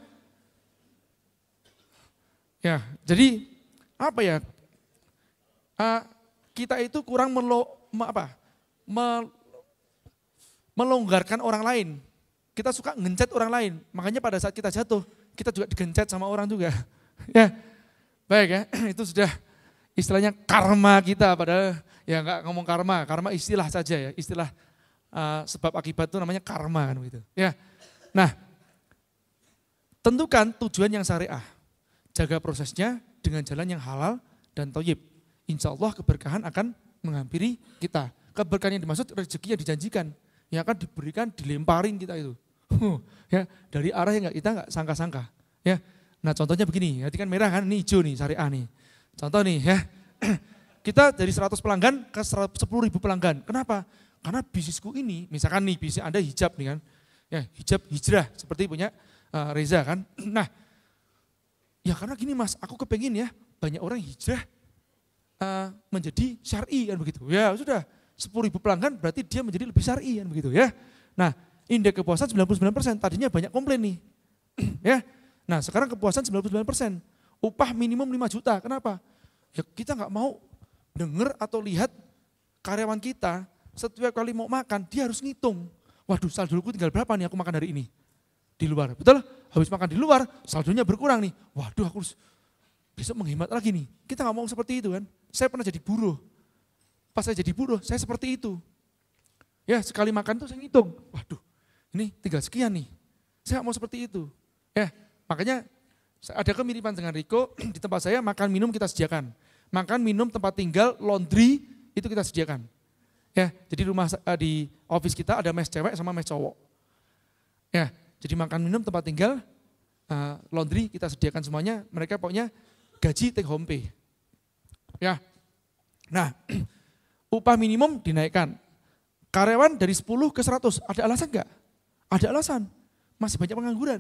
Ya, jadi apa ya, kita itu kurang melonggarkan orang lain. Kita suka ngencet orang lain, makanya pada saat kita jatuh, kita juga digencet sama orang juga. Ya, baik ya, itu sudah istilahnya karma kita, padahal ya nggak ngomong karma istilah saja ya, istilah sebab akibat itu namanya karma kan begitu. Ya, nah tentukan tujuan yang syariah, jaga prosesnya dengan jalan yang halal dan thayyib. Insya Allah keberkahan akan menghampiri kita. Keberkahan yang dimaksud rezeki yang dijanjikan, yang akan diberikan, dilemparin kita itu. Ya, dari arah yang kita nggak sangka-sangka. Ya, nah contohnya begini, tadi kan merah kan, ini hijau nih syariah nih. Contoh nih ya, kita dari 100 pelanggan ke 10.000 pelanggan. Kenapa? Karena bisnisku ini, misalkan nih bisnis Anda hijab nih kan, ya hijab hijrah seperti punya Reza kan. Nah, ya karena gini Mas, aku kepengin ya banyak orang hijrah menjadi syar'i kan begitu. Ya sudah, 10.000 pelanggan berarti dia menjadi lebih syar'i kan begitu ya. Nah, indeks kepuasan 99%, tadinya banyak komplain nih. Ya. Nah, sekarang kepuasan 99%. Upah minimum 5 juta. Kenapa? Ya kita nggak mau dengar atau lihat karyawan kita setiap kali mau makan dia harus ngitung. Waduh, saldoku tinggal berapa nih aku makan hari ini di luar. Betul? Habis makan di luar, saldonya berkurang nih. Waduh, aku harus besok menghemat lagi nih. Kita nggak mau seperti itu kan. Saya pernah jadi buruh. Pas saya jadi buruh, saya seperti itu. Ya, sekali makan tuh saya ngitung. Waduh, ini tinggal sekian nih. Saya nggak mau seperti itu. Ya, makanya ada kemiripan dengan Riko, di tempat saya makan minum kita sediakan. Makan minum tempat tinggal, laundry itu kita sediakan. Ya, jadi di office kita ada mes cewek sama mes cowok. Ya, jadi makan minum tempat tinggal, laundry kita sediakan semuanya. Mereka pokoknya gaji take home pay. Ya, nah upah minimum dinaikkan. Karyawan dari 10 ke 100, ada alasan enggak? Ada alasan, masih banyak pengangguran.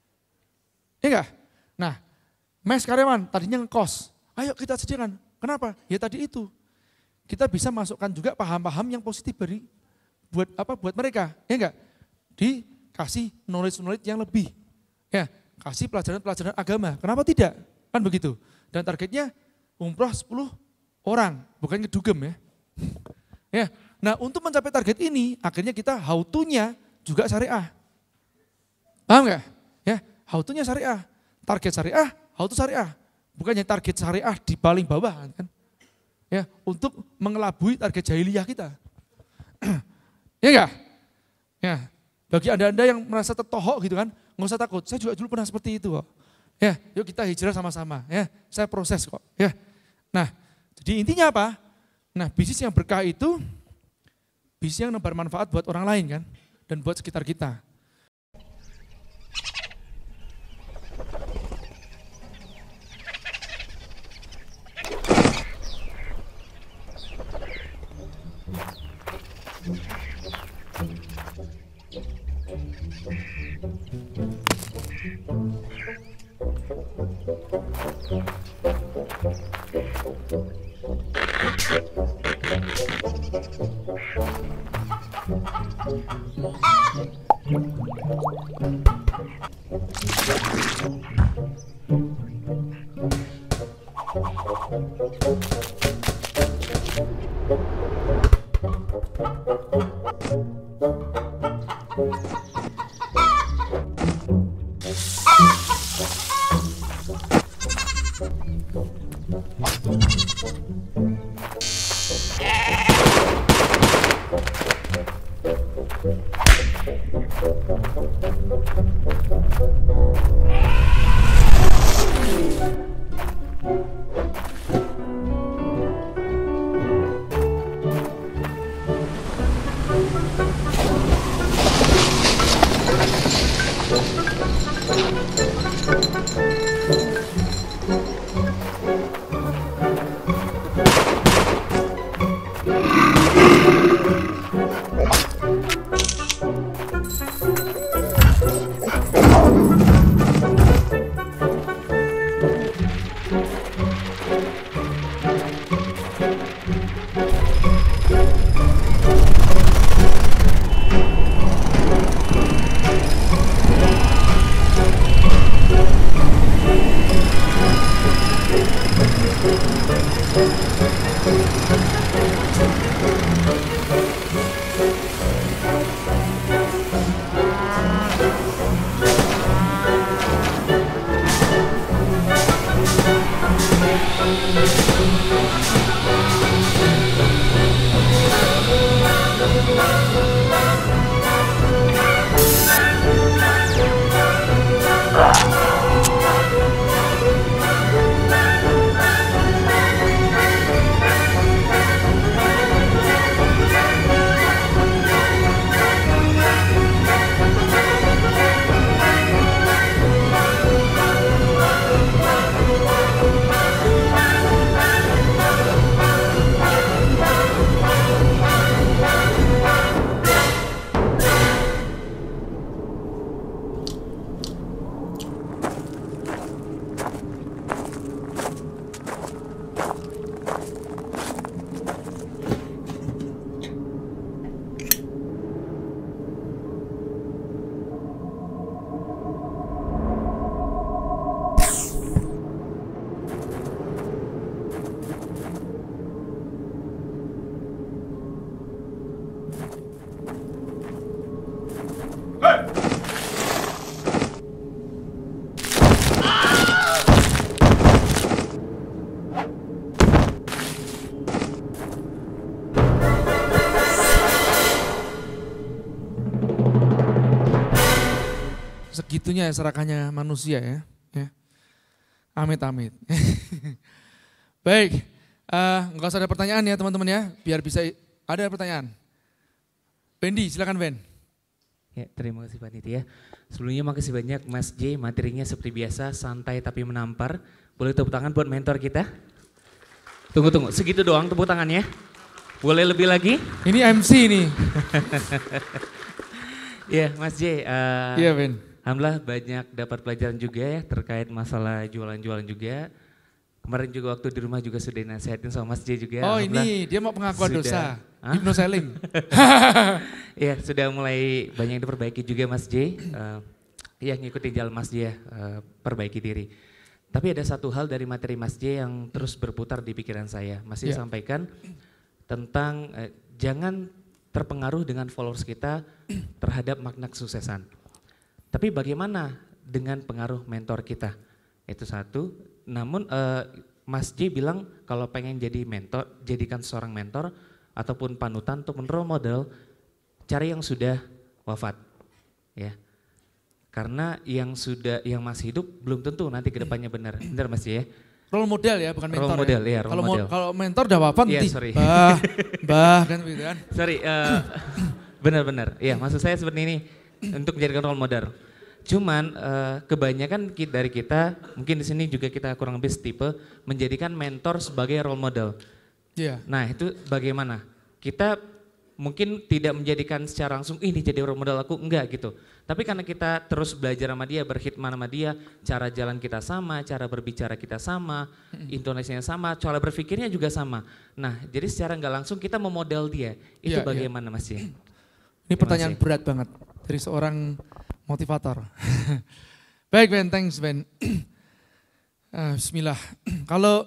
Ya enggak? Nah, mes karyawan tadinya ngekos, ayo kita sediakan. Kenapa? Ya tadi itu, kita bisa masukkan juga paham-paham yang positif buat mereka. Ya enggak? Dikasih knowledge yang lebih. Ya, kasih pelajaran-pelajaran agama. Kenapa tidak? Kan begitu. Dan targetnya umroh 10 orang, bukan ngedugem ya. Ya, nah untuk mencapai target ini, akhirnya kita how to-nya juga syariah. Paham nggak? Ya, how to-nya syariah, target syariah, how to syariah. Bukannya target syariah di paling bawah kan? Ya, untuk mengelabui target jahiliyah kita. Ya enggak? Ya, bagi anda yang merasa tertohok gitu kan, nggak usah takut. Saya juga dulu pernah seperti itu kok. Ya, yuk kita hijrah sama-sama. Ya, saya proses kok. Ya. Nah, jadi intinya apa? Nah, bisnis yang berkah itu bisnis yang bermanfaat buat orang lain kan, dan buat sekitar kita. Segitunya ya serakahnya manusia ya. Amit-amit. Baik, nggak usah ada pertanyaan ya teman-teman ya, biar bisa ada pertanyaan. Bendi, silakan Ben. Ya, terima kasih Panitia. Sebelumnya makasih banyak Mas J, materinya seperti biasa, santai tapi menampar. Boleh tepuk tangan buat mentor kita? Tunggu, segitu doang tepuk tangannya. Boleh lebih lagi? Ini MC nih. Iya Mas J, iya Ben. Alhamdulillah banyak dapat pelajaran juga ya terkait masalah jualan-jualan juga. Kemarin juga waktu di rumah juga sudah nasihatin sama Mas J juga. Oh ini dia mau pengakuan dosa, hypnoselling. Iya sudah mulai banyak yang diperbaiki juga Mas J. Iya ngikutin jalan Mas J ya, perbaiki diri. Tapi ada satu hal dari materi Mas J yang terus berputar di pikiran saya. Mas J sampaikan tentang jangan terpengaruh dengan followers kita terhadap makna kesuksesan. Tapi bagaimana dengan pengaruh mentor kita? Itu satu. Namun Mas J bilang kalau pengen jadi mentor, jadikan seorang mentor ataupun panutan ataupun role model, cari yang sudah wafat. Ya. Karena yang masih hidup belum tentu nanti ke depannya benar. Benar Mas J ya? Role model ya, bukan mentor. Role model ya, role model. Kalau mentor udah wafat Iya, nanti. sorry. Bah kan begitu kan. Sorry, benar-benar. Iya, maksud saya seperti ini untuk menjadikan role model. Cuman kebanyakan dari kita, mungkin di sini juga kita kurang lebih tipe menjadikan mentor sebagai role model. Iya. Nah itu bagaimana? Kita mungkin tidak menjadikan secara langsung ini jadi role model aku, enggak gitu. Tapi karena kita terus belajar sama dia, berkhidmat sama dia, cara jalan kita sama, cara berbicara kita sama, intonasinya sama, cara berpikirnya juga sama. Nah jadi secara nggak langsung kita memodel dia, itu bagaimana Mas ya? Ini pertanyaan berat banget dari seorang motivator. Baik Ben, thanks Ben. Bismillah. Kalau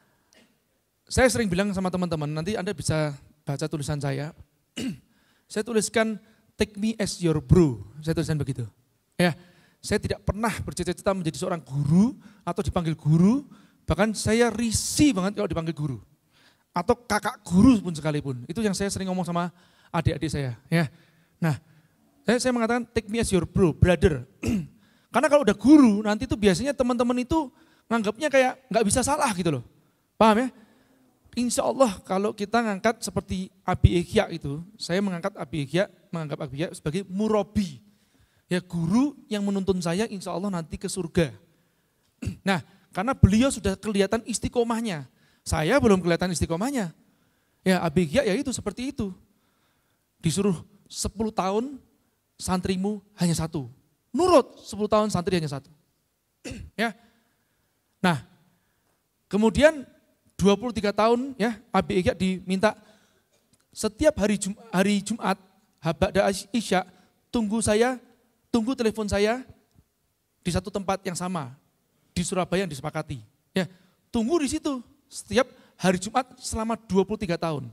saya sering bilang sama teman-teman, nanti Anda bisa baca tulisan saya. Saya tuliskan take me as your bro, saya tuliskan begitu. Ya, saya tidak pernah bercita-cita menjadi seorang guru atau dipanggil guru, bahkan saya risih banget kalau dipanggil guru. Atau kakak guru pun sekalipun, itu yang saya sering ngomong sama adik-adik saya. Ya, nah saya mengatakan take me as your bro, brother. Karena kalau udah guru, nanti itu biasanya teman-teman itu nganggapnya kayak nggak bisa salah gitu loh. Paham ya? Insya Allah kalau kita ngangkat seperti Abi Ihya itu, saya menganggap Abi Ihya sebagai murabi. Ya guru yang menuntun saya insya Allah nanti ke surga. Nah karena beliau sudah kelihatan istiqomahnya, saya belum kelihatan istiqomahnya. Ya Abi Ihya ya itu seperti itu. Disuruh 10 tahun santrimu hanya satu. Nurut 10 tahun santri hanya satu. Ya. Nah kemudian 23 tahun ya Abi Ihya diminta setiap hari Jumat ba'da Isya tunggu telepon saya di satu tempat yang sama di Surabaya yang disepakati. Ya, tunggu di situ setiap hari Jumat selama 23 tahun.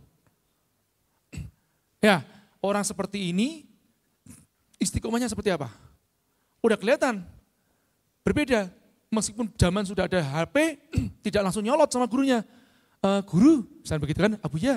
Ya, orang seperti ini istiqomahnya seperti apa? Udah kelihatan berbeda. Meskipun zaman sudah ada HP, tidak langsung nyolot sama gurunya. Guru, misalnya begitu kan, Abu ya,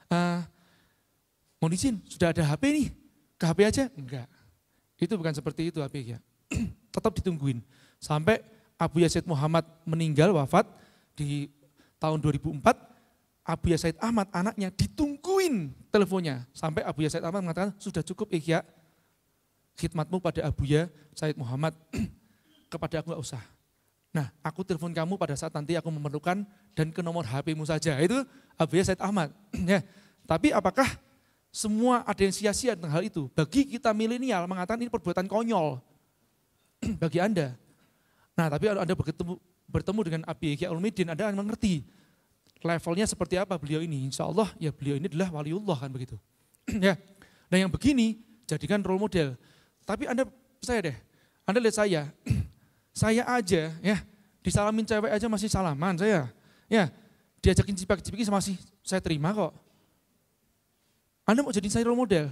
mohon izin, sudah ada HP nih, ke HP aja? Enggak, itu bukan seperti itu HP ya. Tetap ditungguin. Sampai Abu Said Muhammad meninggal, wafat di tahun 2004, Abu Said Ahmad anaknya ditungguin teleponnya. Sampai Abu Said Ahmad mengatakan, sudah cukup Ihya, khidmatmu pada Abu Said Muhammad, kepada aku enggak usah. Nah, aku telepon kamu pada saat nanti aku memerlukan dan ke nomor HP-mu saja. Itu Abu Said Ahmad. Ya. Tapi apakah semua ada yang sia-sia tentang hal itu? Bagi kita milenial mengatakan ini perbuatan konyol. Bagi Anda. Nah, tapi kalau Anda bertemu dengan Abi Ihya Ulumuddin, Anda akan mengerti levelnya seperti apa beliau ini. Insya Allah ya beliau ini adalah waliullah kan begitu. Ya. Nah yang begini jadikan role model. Tapi Anda lihat saya. Saya aja ya disalamin cewek aja masih salaman saya. Ya diajakin cipak-cipiki masih saya terima kok. Anda mau jadi saya role model?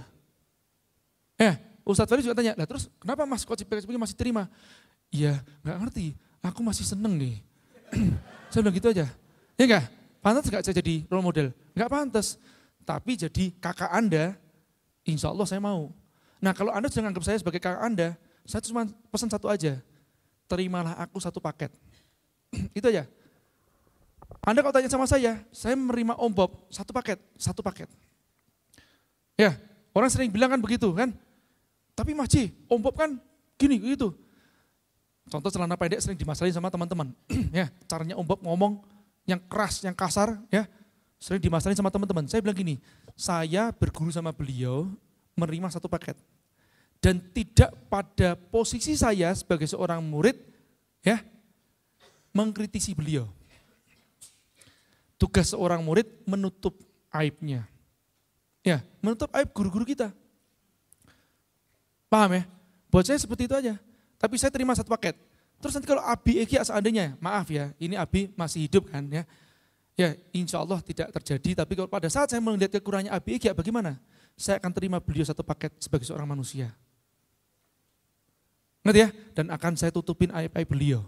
Ya Ustadz Ferry juga tanya, lah terus kenapa mas kok cipak-cipiki masih terima? Iya nggak ngerti, aku masih seneng nih. Saya bilang gitu aja. Ya enggak? Pantas nggak saya jadi role model? Nggak pantas. Tapi jadi kakak Anda, insya Allah saya mau. Nah kalau Anda sudah anggap saya sebagai kakak Anda, saya cuma pesan satu aja. Terimalah aku satu paket. Itu aja. Anda kalau tanya sama saya menerima Om Bob satu paket. Ya, orang sering bilang kan begitu kan. Tapi Mas Ji, Om Bob kan gini gitu. Contoh celana pendek sering dimasalahin sama teman-teman. Ya, caranya Om Bob ngomong yang keras, yang kasar, ya sering dimasalahin sama teman-teman. Saya bilang gini, saya berguru sama beliau menerima satu paket. Dan tidak pada posisi saya sebagai seorang murid ya mengkritisi beliau. Tugas seorang murid menutup aibnya. Ya, menutup aib guru-guru kita. Paham ya? Buat saya seperti itu aja. Tapi saya terima satu paket. Terus nanti kalau Abi Ihya seandainya, maaf ya, ini Abi masih hidup kan ya. Ya insya Allah tidak terjadi, tapi kalau pada saat saya melihat kekurangannya Abi Ihya bagaimana? Saya akan terima beliau satu paket sebagai seorang manusia. Ngerti ya? Dan akan saya tutupin aib-aib beliau.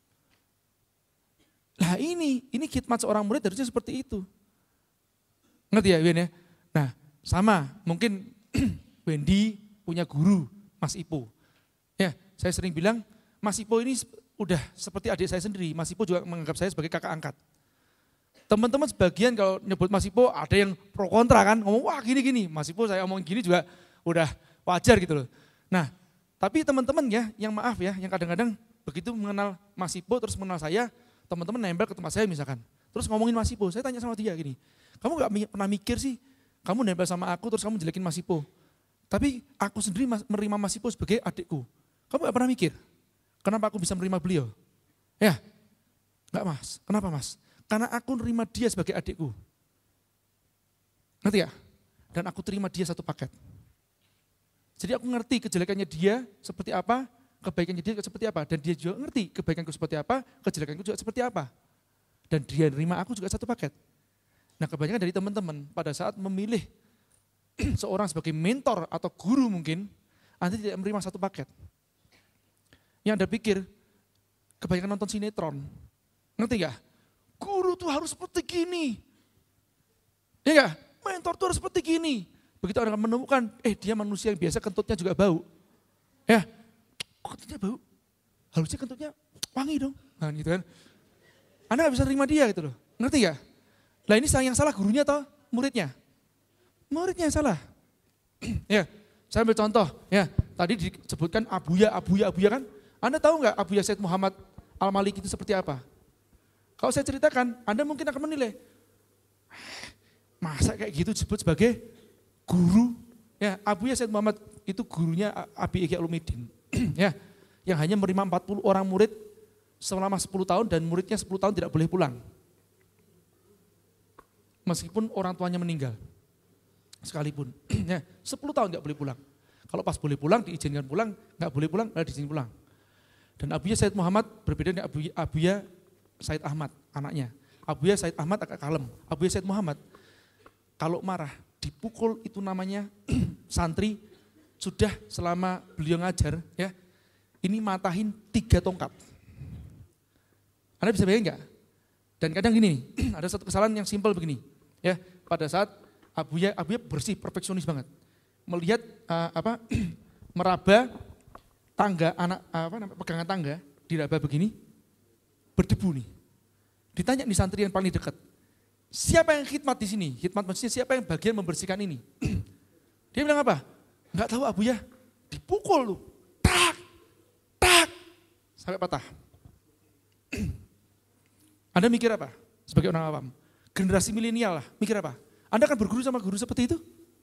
Nah ini khidmat seorang murid harusnya seperti itu. Ngerti ya Win ya? Nah sama mungkin Wendy punya guru Mas Ipo. Ya, saya sering bilang, Mas Ipo ini udah seperti adik saya sendiri. Mas Ipo juga menganggap saya sebagai kakak angkat. Teman-teman sebagian kalau nyebut Mas Ipo ada yang pro kontra kan, ngomong wah gini-gini. Mas Ipo saya omong gini juga udah wajar gitu loh. Nah, tapi teman-teman ya, yang maaf ya, yang kadang-kadang begitu mengenal Mas Ipo terus mengenal saya, teman-teman nempel ke tempat saya misalkan. Terus ngomongin Mas Ipo, saya tanya sama dia gini, kamu gak pernah mikir sih, kamu nempel sama aku terus kamu jelekin Mas Ipo. Tapi aku sendiri menerima Mas Ipo sebagai adikku. Kamu gak pernah mikir, kenapa aku bisa menerima beliau? Ya, enggak Mas, kenapa Mas? Karena aku menerima dia sebagai adikku. Ngerti ya? Dan aku terima dia satu paket. Jadi aku ngerti kejelekannya dia seperti apa, kebaikannya dia seperti apa. Dan dia juga ngerti kebaikanku seperti apa, kejelekanku juga seperti apa. Dan dia menerima aku juga satu paket. Nah kebanyakan dari teman-teman pada saat memilih seorang sebagai mentor atau guru mungkin, Anda tidak menerima satu paket. Yang Anda pikir, kebanyakan nonton sinetron. Ngerti gak? Guru tuh harus seperti gini. Ya gak? Mentor tuh harus seperti gini. Begitu orang menemukan, dia manusia yang biasa kentutnya juga bau. Ya, kentutnya bau. Harusnya kentutnya wangi dong. Nah gitu kan. Anda gak bisa terima dia gitu loh. Ngerti gak? Lah ini yang salah gurunya atau muridnya? Muridnya yang salah. Ya, saya ambil contoh. Ya, tadi disebutkan Abuya kan. Anda tahu gak Abuya Said Muhammad Al-Maliki itu seperti apa? Kalau saya ceritakan, Anda mungkin akan menilai. Masa kayak gitu disebut sebagai guru? Ya, Abuya Said Muhammad itu gurunya Abi Ihya Ulumuddin. Ya, yang hanya menerima 40 orang murid selama 10 tahun dan muridnya 10 tahun tidak boleh pulang. Meskipun orang tuanya meninggal. Sekalipun. Ya, 10 tahun tidak boleh pulang. Kalau pas boleh pulang, diizinkan pulang, nggak boleh pulang, nggak diizinkan pulang. Dan Abuya Said Muhammad berbeda dengan Abuya Said Ahmad, anaknya. Abuya Said Ahmad agak kalem. Abuya Said Muhammad, kalau marah, dipukul itu namanya santri, sudah selama beliau ngajar, ya, ini matahin 3 tongkat. Anda bisa bayangin nggak? Dan kadang gini nih, ada satu kesalahan yang simpel begini. Ya, pada saat Abuya bersih, perfeksionis banget. Melihat meraba tangga, pegangan tangga, diraba begini, berdebu nih. Ditanya nih santri yang paling dekat, siapa yang khidmat di sini? Khidmat maksudnya siapa yang bagian membersihkan ini? Dia bilang apa? Enggak tahu Abuya, dipukul lu. Tak, sampai patah. Anda mikir apa? Sebagai orang awam. Generasi milenial lah, mikir apa? Anda akan berguru sama guru seperti itu?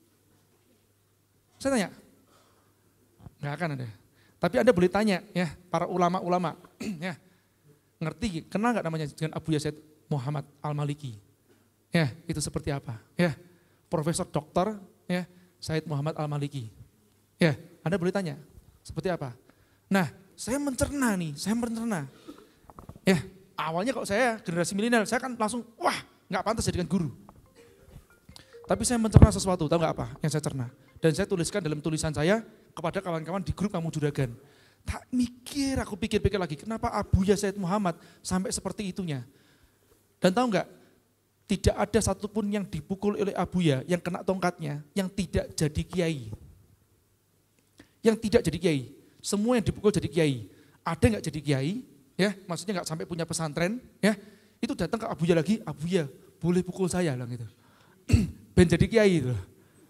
Saya tanya. Enggak akan ada. Tapi Anda boleh tanya ya, para ulama-ulama. Ya, ngerti, kenal nggak namanya dengan Abuya Said Muhammad Al-Maliki? Ya, itu seperti apa? Ya, Profesor Doktor ya, Said Muhammad Al-Maliki. Ya, Anda boleh tanya, seperti apa? Nah, saya mencerna. Ya, awalnya kalau saya generasi milenial, saya kan langsung, wah, nggak pantas jadikan guru. Tapi saya mencerna sesuatu, tahu nggak apa yang saya cerna? Dan saya tuliskan dalam tulisan saya kepada kawan-kawan di grup Kamu Juragan. Aku pikir-pikir lagi, kenapa Abuya Said Muhammad sampai seperti itunya? Dan tahu nggak, tidak ada satupun yang dipukul oleh Abuya, yang kena tongkatnya, yang tidak jadi kiai. Yang tidak jadi kiai, semua yang dipukul jadi kiai. Ada nggak jadi kiai, ya, maksudnya nggak sampai punya pesantren, ya, itu datang ke Abuya lagi, Abuya boleh pukul saya lah gitu. Ben jadi kiai itu.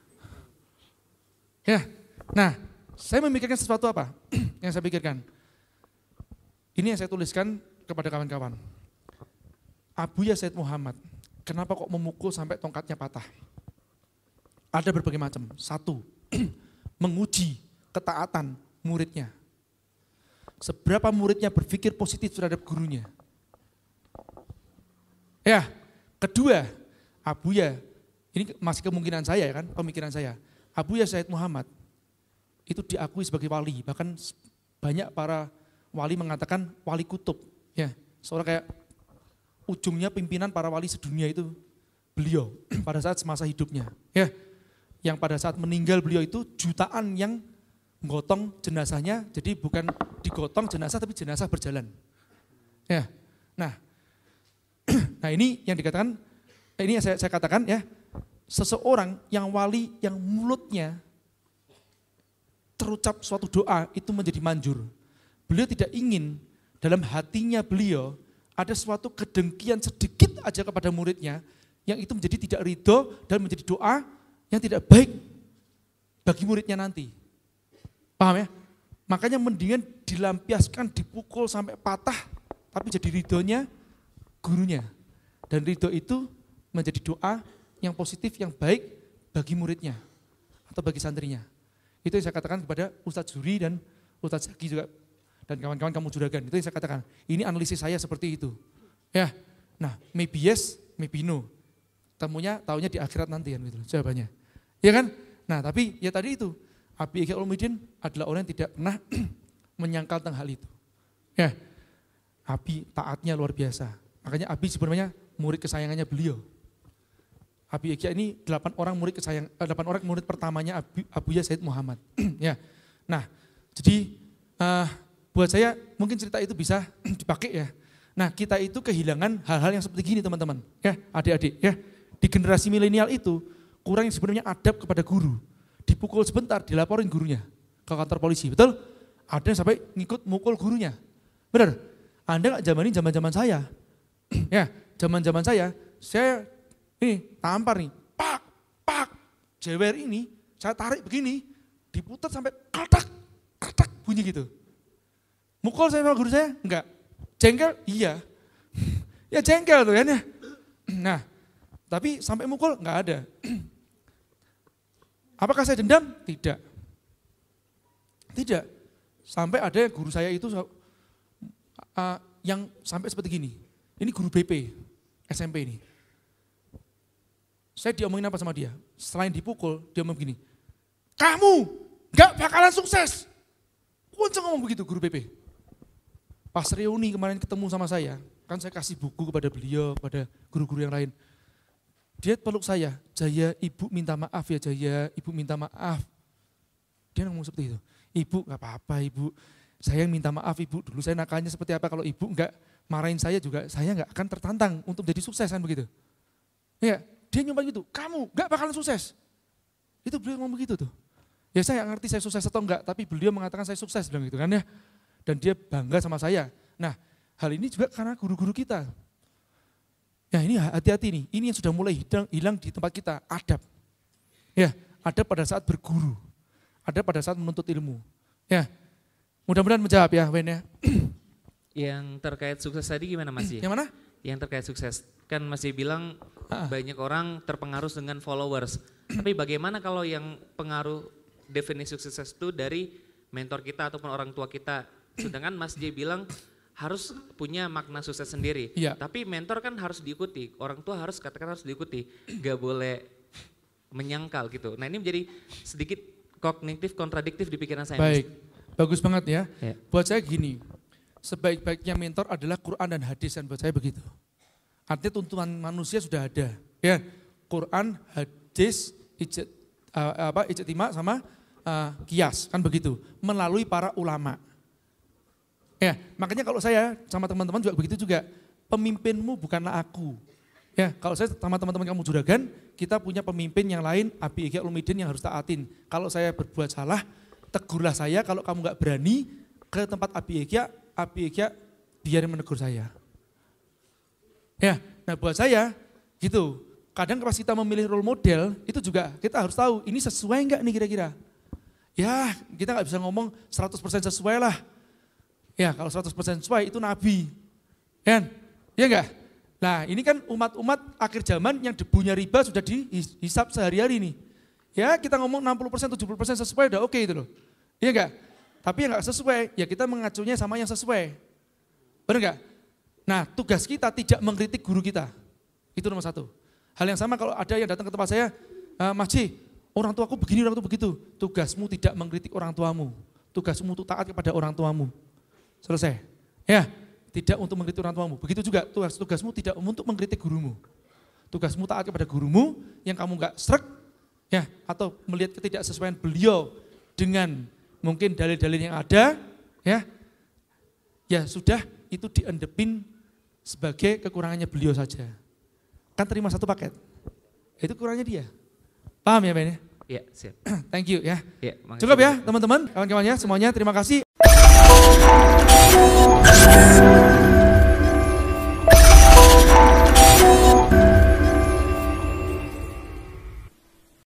Ya, nah, saya memikirkan sesuatu apa? Yang saya pikirkan. Ini yang saya tuliskan kepada kawan-kawan. Abuya Said Muhammad, kenapa kok memukul sampai tongkatnya patah? Ada berbagai macam. 1, menguji ketaatan muridnya. Seberapa muridnya berpikir positif terhadap gurunya. Ya, kedua, Abuya, ini masih kemungkinan saya ya kan, pemikiran saya. Abuya Said Muhammad itu diakui sebagai wali, bahkan banyak para wali mengatakan wali kutub. Ya, seorang kayak ujungnya pimpinan para wali sedunia itu beliau pada saat semasa hidupnya. Ya, yang pada saat meninggal beliau itu jutaan yang menggotong jenazahnya, jadi bukan digotong jenazah tapi jenazah berjalan. Ya, nah ini yang dikatakan, ini yang saya katakan ya, seseorang yang wali yang mulutnya terucap suatu doa itu menjadi manjur. beliau tidak ingin dalam hatinya beliau ada suatu kedengkian sedikit aja kepada muridnya yang itu menjadi tidak ridho dan menjadi doa yang tidak baik bagi muridnya nanti. Paham ya? Makanya mendingan dilampiaskan, dipukul sampai patah, tapi jadi ridhonya gurunya. Dan ridho itu menjadi doa yang positif, yang baik bagi muridnya atau bagi santrinya. Itu yang saya katakan kepada Ustadz Zuri dan Ustadz Zaki juga dan kawan-kawan kamu juragan. Itu yang saya katakan. Ini analisis saya seperti itu. Ya, nah maybe yes, maybe no. Taunya di akhirat nanti kan gitu jawabannya. Ya kan? Nah tapi ya tadi itu. Abi Ihya Ulumuddin adalah orang yang tidak pernah menyangkal tentang hal itu. Ya, Abi taatnya luar biasa. Makanya Abi sebenarnya murid kesayangannya beliau. Abi Ihya ini 8 orang murid pertamanya Abuya Said Muhammad. Ya, nah jadi buat saya mungkin cerita itu bisa dipakai ya. Nah kita itu kehilangan hal-hal yang seperti gini teman-teman. Ya adik-adik ya. Di generasi milenial itu kurang yang sebenarnya adab kepada guru. Dipukul sebentar, dilaporin gurunya ke kantor polisi, betul? Ada yang sampai ngikut mukul gurunya, benar? Anda nggak zaman saya, ya zaman saya ini tampar nih, pak, jewer ini, saya tarik begini, diputar sampai katak bunyi gitu. Mukul saya sama guru saya? Enggak. Jengkel? Iya. Ya jengkel tuh kan ya. Nah, tapi sampai mukul nggak ada. Apakah saya dendam? Tidak. Tidak. Sampai ada guru saya itu yang sampai seperti gini. Ini guru BP, SMP ini. Saya diomongin apa sama dia? Selain dipukul, dia ngomong begini. Kamu gak bakalan sukses. Kuncang ngomong begitu guru BP. Pas reuni kemarin ketemu sama saya, kan saya kasih buku kepada beliau, kepada guru-guru yang lain. Dia peluk saya, Jaya ibu minta maaf ya Jaya, ibu minta maaf. Dia ngomong seperti itu, ibu gak apa-apa ibu, saya yang minta maaf ibu, dulu saya nakalnya seperti apa, kalau ibu enggak marahin saya juga, saya enggak akan tertantang untuk jadi sukses kan begitu. Ya, dia nyumpah gitu, kamu gak bakalan sukses. Itu beliau ngomong begitu tuh. Ya saya gak ngerti saya sukses atau enggak, tapi beliau mengatakan saya sukses bilang gitu kan ya. Dan dia bangga sama saya. Nah hal ini juga karena guru-guru kita. Ya ini hati-hati nih, ini yang sudah mulai hilang di tempat kita, adab. Ya, adab pada saat berguru, adab pada saat menuntut ilmu. Ya, mudah-mudahan menjawab ya Wen ya. Yang terkait sukses tadi gimana Mas J? Yang mana? Yang terkait sukses, kan Mas J bilang banyak orang terpengaruh dengan followers. Tapi bagaimana kalau yang pengaruh definisi sukses itu dari mentor kita ataupun orang tua kita. Sedangkan Mas J bilang harus punya makna sukses sendiri. Iya. Tapi mentor kan harus diikuti, orang tua harus katakan harus diikuti, gak boleh menyangkal gitu. Nah ini menjadi sedikit kognitif kontradiktif di pikiran saya. Baik, bagus banget ya. Ya. Buat saya gini, sebaik-baiknya mentor adalah Quran dan hadis dan buat saya begitu. Artinya tuntunan manusia sudah ada. Ya, Quran, hadis, ijtima sama kias kan begitu. Melalui para ulama. Ya, makanya kalau saya sama teman-teman juga begitu juga, pemimpinmu bukanlah aku. Ya, kalau saya sama teman-teman kamu juragan, kita punya pemimpin yang lain, Abi Ihya Ulumuddin yang harus taatin. Kalau saya berbuat salah, tegurlah saya, kalau kamu nggak berani ke tempat Abi Ihya biarin menegur saya. Ya, nah buat saya gitu. Kadang pas kita memilih role model, itu juga kita harus tahu ini sesuai nggak nih kira-kira. Ya, kita nggak bisa ngomong 100% sesuai lah. Ya kalau 100% sesuai itu nabi, kan? Ya enggak? Nah ini kan umat-umat akhir zaman yang debunya riba sudah dihisap sehari-hari nih. Ya kita ngomong 60%, 70% sesuai udah oke itu loh. Iya enggak? Tapi yang enggak sesuai, ya kita mengacunya sama yang sesuai. Benar enggak? Nah tugas kita tidak mengkritik guru kita. Itu nomor satu. Hal yang sama kalau ada yang datang ke tempat saya, Mas J, orang tuaku begini, orang tua begitu. Tugasmu tidak mengkritik orang tuamu. Tugasmu untuk taat kepada orang tuamu. Selesai. Ya, tidak untuk mengkritik orang tuamu. Begitu juga tugasmu tidak untuk mengkritik gurumu. Tugasmu taat kepada gurumu yang kamu enggak srek ya atau melihat ketidaksesuaian beliau dengan mungkin dalil-dalil yang ada ya. Ya sudah itu diendepin sebagai kekurangannya beliau saja. Kan terima satu paket. Itu kurangnya dia. Paham ya Ben? Iya, siap. Thank you ya. Ya, cukup ya teman-teman, kawan-kawan ya semuanya terima kasih. Thank you.